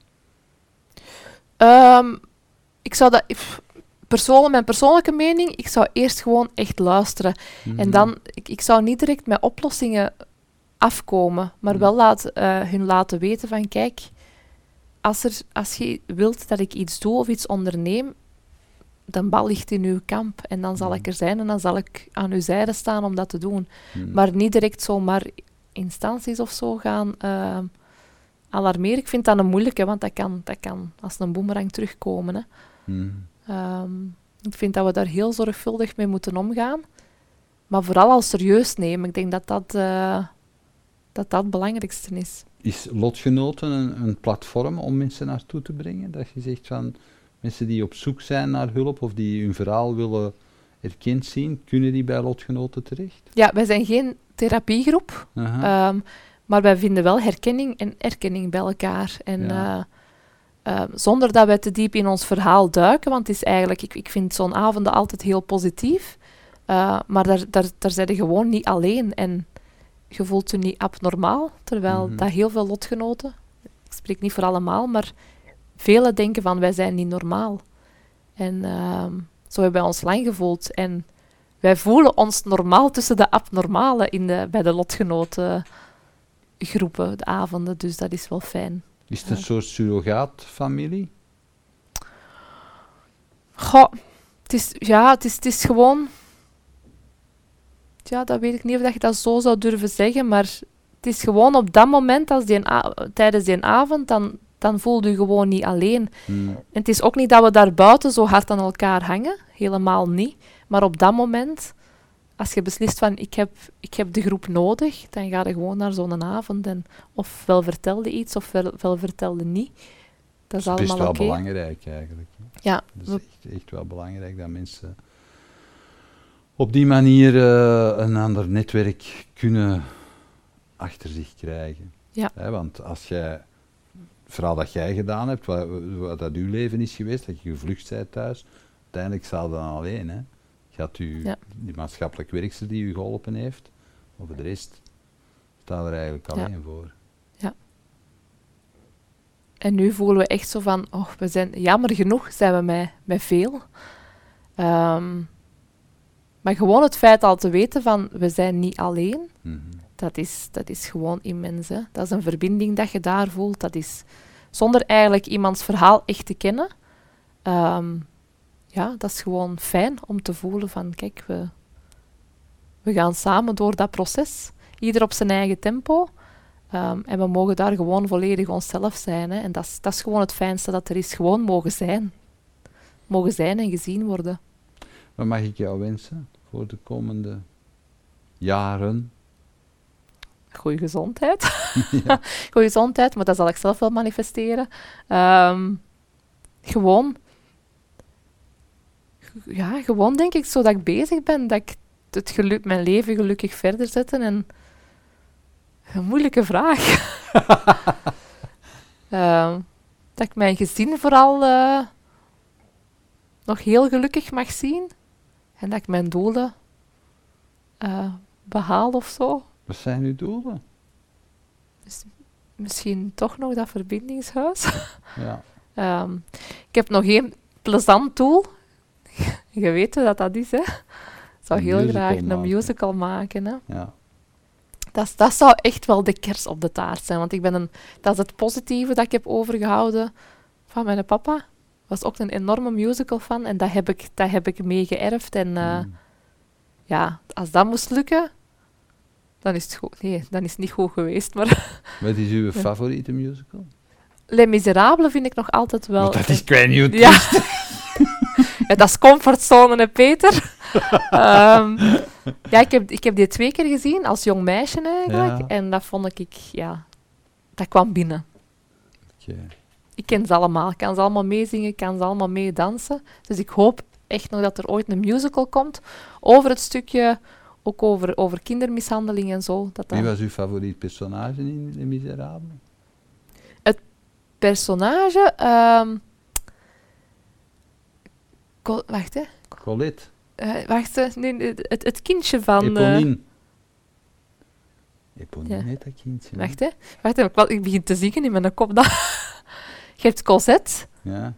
[SPEAKER 1] Um, ik zou dat... Persoonlijk, mijn persoonlijke mening, ik zou eerst gewoon echt luisteren. Mm-hmm. En dan, ik, ik zou niet direct met oplossingen afkomen, maar wel laat, uh, hun laten weten van, kijk, als, er, als je wilt dat ik iets doe of iets onderneem, de bal ligt in uw kamp en dan zal ik er zijn en dan zal ik aan uw zijde staan om dat te doen. Hmm. Maar niet direct zomaar instanties of zo gaan uh, alarmeren. Ik vind dat een moeilijke, want dat kan, dat kan als een boemerang terugkomen. Hè. Hmm. Um, ik vind dat we daar heel zorgvuldig mee moeten omgaan. Maar vooral al serieus nemen. Ik denk dat dat, uh, dat, dat het belangrijkste is.
[SPEAKER 2] Is Lotgenoten een, een platform om mensen naartoe te brengen? Dat je zegt van... Mensen die op zoek zijn naar hulp of die hun verhaal willen erkend zien, kunnen die bij Lotgenoten terecht?
[SPEAKER 1] Ja, wij zijn geen therapiegroep, um, maar wij vinden wel herkenning en erkenning bij elkaar. En ja. uh, uh, zonder dat wij te diep in ons verhaal duiken, want het is eigenlijk, ik, ik vind zo'n avonden altijd heel positief, uh, maar daar, daar, daar zijn je gewoon niet alleen en je voelt je niet abnormaal, terwijl mm-hmm. dat heel veel lotgenoten, ik spreek niet voor allemaal, maar velen denken van, wij zijn niet normaal. En um, zo hebben wij ons lang gevoeld. En wij voelen ons normaal tussen de abnormalen in de, bij de lotgenotengroepen, de avonden. Dus dat is wel fijn.
[SPEAKER 2] Is het een ja. soort surrogaatfamilie?
[SPEAKER 1] Goh, het is, ja, het is, het is gewoon... Ja, dat weet ik niet of dat je dat zo zou durven zeggen, maar het is gewoon op dat moment, als die a- tijdens die avond, dan, dan voel je gewoon niet alleen.
[SPEAKER 2] Hmm.
[SPEAKER 1] En het is ook niet dat we daar buiten zo hard aan elkaar hangen, helemaal niet. Maar op dat moment, als je beslist van, ik heb, ik heb de groep nodig, dan ga je gewoon naar zo'n avond en ofwel vertelde iets, ofwel wel vertelde niet. Dat is
[SPEAKER 2] het
[SPEAKER 1] allemaal
[SPEAKER 2] is wel
[SPEAKER 1] okay.
[SPEAKER 2] belangrijk eigenlijk.
[SPEAKER 1] Ja.
[SPEAKER 2] Het is echt, echt wel belangrijk dat mensen op die manier uh, een ander netwerk kunnen achter zich krijgen.
[SPEAKER 1] Ja.
[SPEAKER 2] He, want als jij, het verhaal dat jij gedaan hebt, wat, wat dat uw leven is geweest, dat je gevlucht bent thuis, uiteindelijk sta je dan alleen. Hè. Je had u, ja. die maatschappelijk werkster die u geholpen heeft, of de rest staat er eigenlijk alleen
[SPEAKER 1] ja.
[SPEAKER 2] voor.
[SPEAKER 1] Ja. En nu voelen we echt zo van, oh, we zijn, jammer genoeg zijn we met, met veel. Um, maar gewoon het feit al te weten van, we zijn niet alleen,
[SPEAKER 2] Mm-hmm.
[SPEAKER 1] dat is, dat is gewoon immens. Hè. Dat is een verbinding dat je daar voelt. Dat is, zonder eigenlijk iemands verhaal echt te kennen, um, ja, dat is gewoon fijn om te voelen van, kijk, we, we gaan samen door dat proces. Ieder op zijn eigen tempo. Um, en we mogen daar gewoon volledig onszelf zijn. Hè. En dat is, dat is gewoon het fijnste dat er is. Gewoon mogen zijn. Mogen zijn en gezien worden.
[SPEAKER 2] Wat mag ik jou wensen voor de komende jaren?
[SPEAKER 1] Goeie gezondheid. Ja. Goeie gezondheid, maar dat zal ik zelf wel manifesteren. Um, gewoon... Ja, gewoon denk ik, zodat ik bezig ben, dat ik het geluk, mijn leven gelukkig verder zet. En een moeilijke vraag. uh, dat ik mijn gezin vooral uh, nog heel gelukkig mag zien. En dat ik mijn doelen uh, behaal of zo.
[SPEAKER 2] Wat zijn uw doelen?
[SPEAKER 1] Dus misschien toch nog dat verbindingshuis.
[SPEAKER 2] Ja.
[SPEAKER 1] um, ik heb nog één plezant doel. Je weet wat dat is, hè. Ik zou
[SPEAKER 2] een
[SPEAKER 1] heel graag
[SPEAKER 2] maken.
[SPEAKER 1] een musical maken, hè.
[SPEAKER 2] Ja.
[SPEAKER 1] Dat, dat zou echt wel de kers op de taart zijn. Want ik ben een, dat is het positieve dat ik heb overgehouden van mijn papa. Was ook een enorme musical fan en dat heb ik, dat heb ik mee geërfd. En uh, mm. ja, als dat moest lukken, dan is het goed. Nee, dan is het niet goed geweest. Maar
[SPEAKER 2] wat is uw favoriete musical?
[SPEAKER 1] Les Miserables vind ik nog altijd wel...
[SPEAKER 2] Maar dat is kwijt niet.
[SPEAKER 1] Ja. Ja, dat is comfortzone, hè, Peter. um, ja, ik heb, ik heb die twee keer gezien, als jong meisje eigenlijk. Ja. En dat vond ik, ja... Dat kwam binnen.
[SPEAKER 2] Okay.
[SPEAKER 1] Ik ken ze allemaal. Ik kan ze allemaal meezingen, ik kan ze allemaal meedansen. Dus ik hoop echt nog dat er ooit een musical komt over het stukje... Ook over, over kindermishandeling en zo. Dat
[SPEAKER 2] Wie was uw favoriet personage in Les Miserables?
[SPEAKER 1] Het personage... Um, Col- wacht, hè.
[SPEAKER 2] Colette.
[SPEAKER 1] Uh, wacht, nee, het, het kindje van...
[SPEAKER 2] Eponine.
[SPEAKER 1] Uh,
[SPEAKER 2] Eponine ja. heet dat kindje.
[SPEAKER 1] Wacht, hè. Wacht, hè. Ik, ik begin te zingen in mijn kop. Dat. Je hebt Cosette.
[SPEAKER 2] Ja.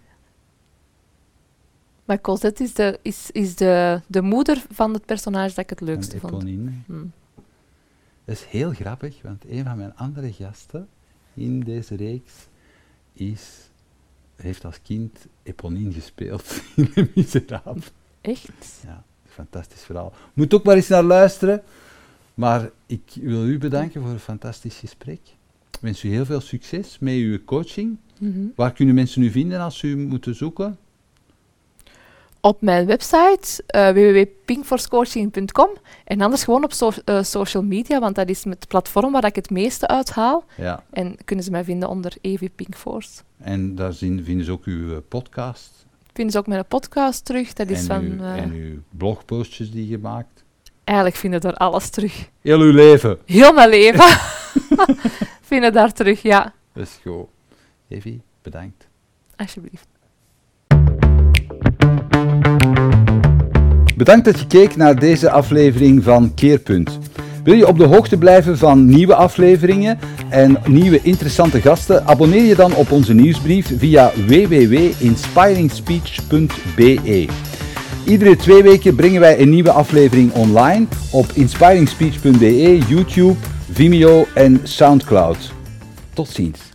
[SPEAKER 1] Maar Cosette is, de, is, is de, de moeder van het personage dat ik het leukste vond.
[SPEAKER 2] Eponine. Hmm. Dat is heel grappig, want een van mijn andere gasten in deze reeks is... heeft als kind Eponine gespeeld in Les Miserables.
[SPEAKER 1] Echt?
[SPEAKER 2] Ja, fantastisch verhaal. Moet ook maar eens naar luisteren. Maar ik wil u bedanken voor een fantastisch gesprek. Ik wens u heel veel succes met uw coaching.
[SPEAKER 1] Mm-hmm.
[SPEAKER 2] Waar kunnen mensen u vinden als ze u moeten zoeken?
[SPEAKER 1] Op mijn website uh, w w w punt pinkforcecoaching punt com en anders gewoon op so- uh, social media, want dat is het platform waar ik het meeste uithaal.
[SPEAKER 2] Ja.
[SPEAKER 1] En kunnen ze mij vinden onder Evie Pinkforce.
[SPEAKER 2] En daar zien, vinden ze ook uw uh, podcast?
[SPEAKER 1] Vinden ze ook mijn podcast terug. Dat is
[SPEAKER 2] en,
[SPEAKER 1] van,
[SPEAKER 2] uw,
[SPEAKER 1] uh,
[SPEAKER 2] en uw blogpostjes die je maakt?
[SPEAKER 1] Eigenlijk vinden daar alles terug.
[SPEAKER 2] Heel uw leven?
[SPEAKER 1] Heel mijn leven. Vinden daar terug, ja.
[SPEAKER 2] Dat is goed. Evie, bedankt.
[SPEAKER 1] Alsjeblieft.
[SPEAKER 2] Bedankt dat je keek naar deze aflevering van Keerpunt. Wil je op de hoogte blijven van nieuwe afleveringen en nieuwe interessante gasten? Abonneer je dan op onze nieuwsbrief via w w w punt inspiring speech punt b e. Iedere twee weken brengen wij een nieuwe aflevering online op inspiring speech punt b e, YouTube, Vimeo en Soundcloud. Tot ziens.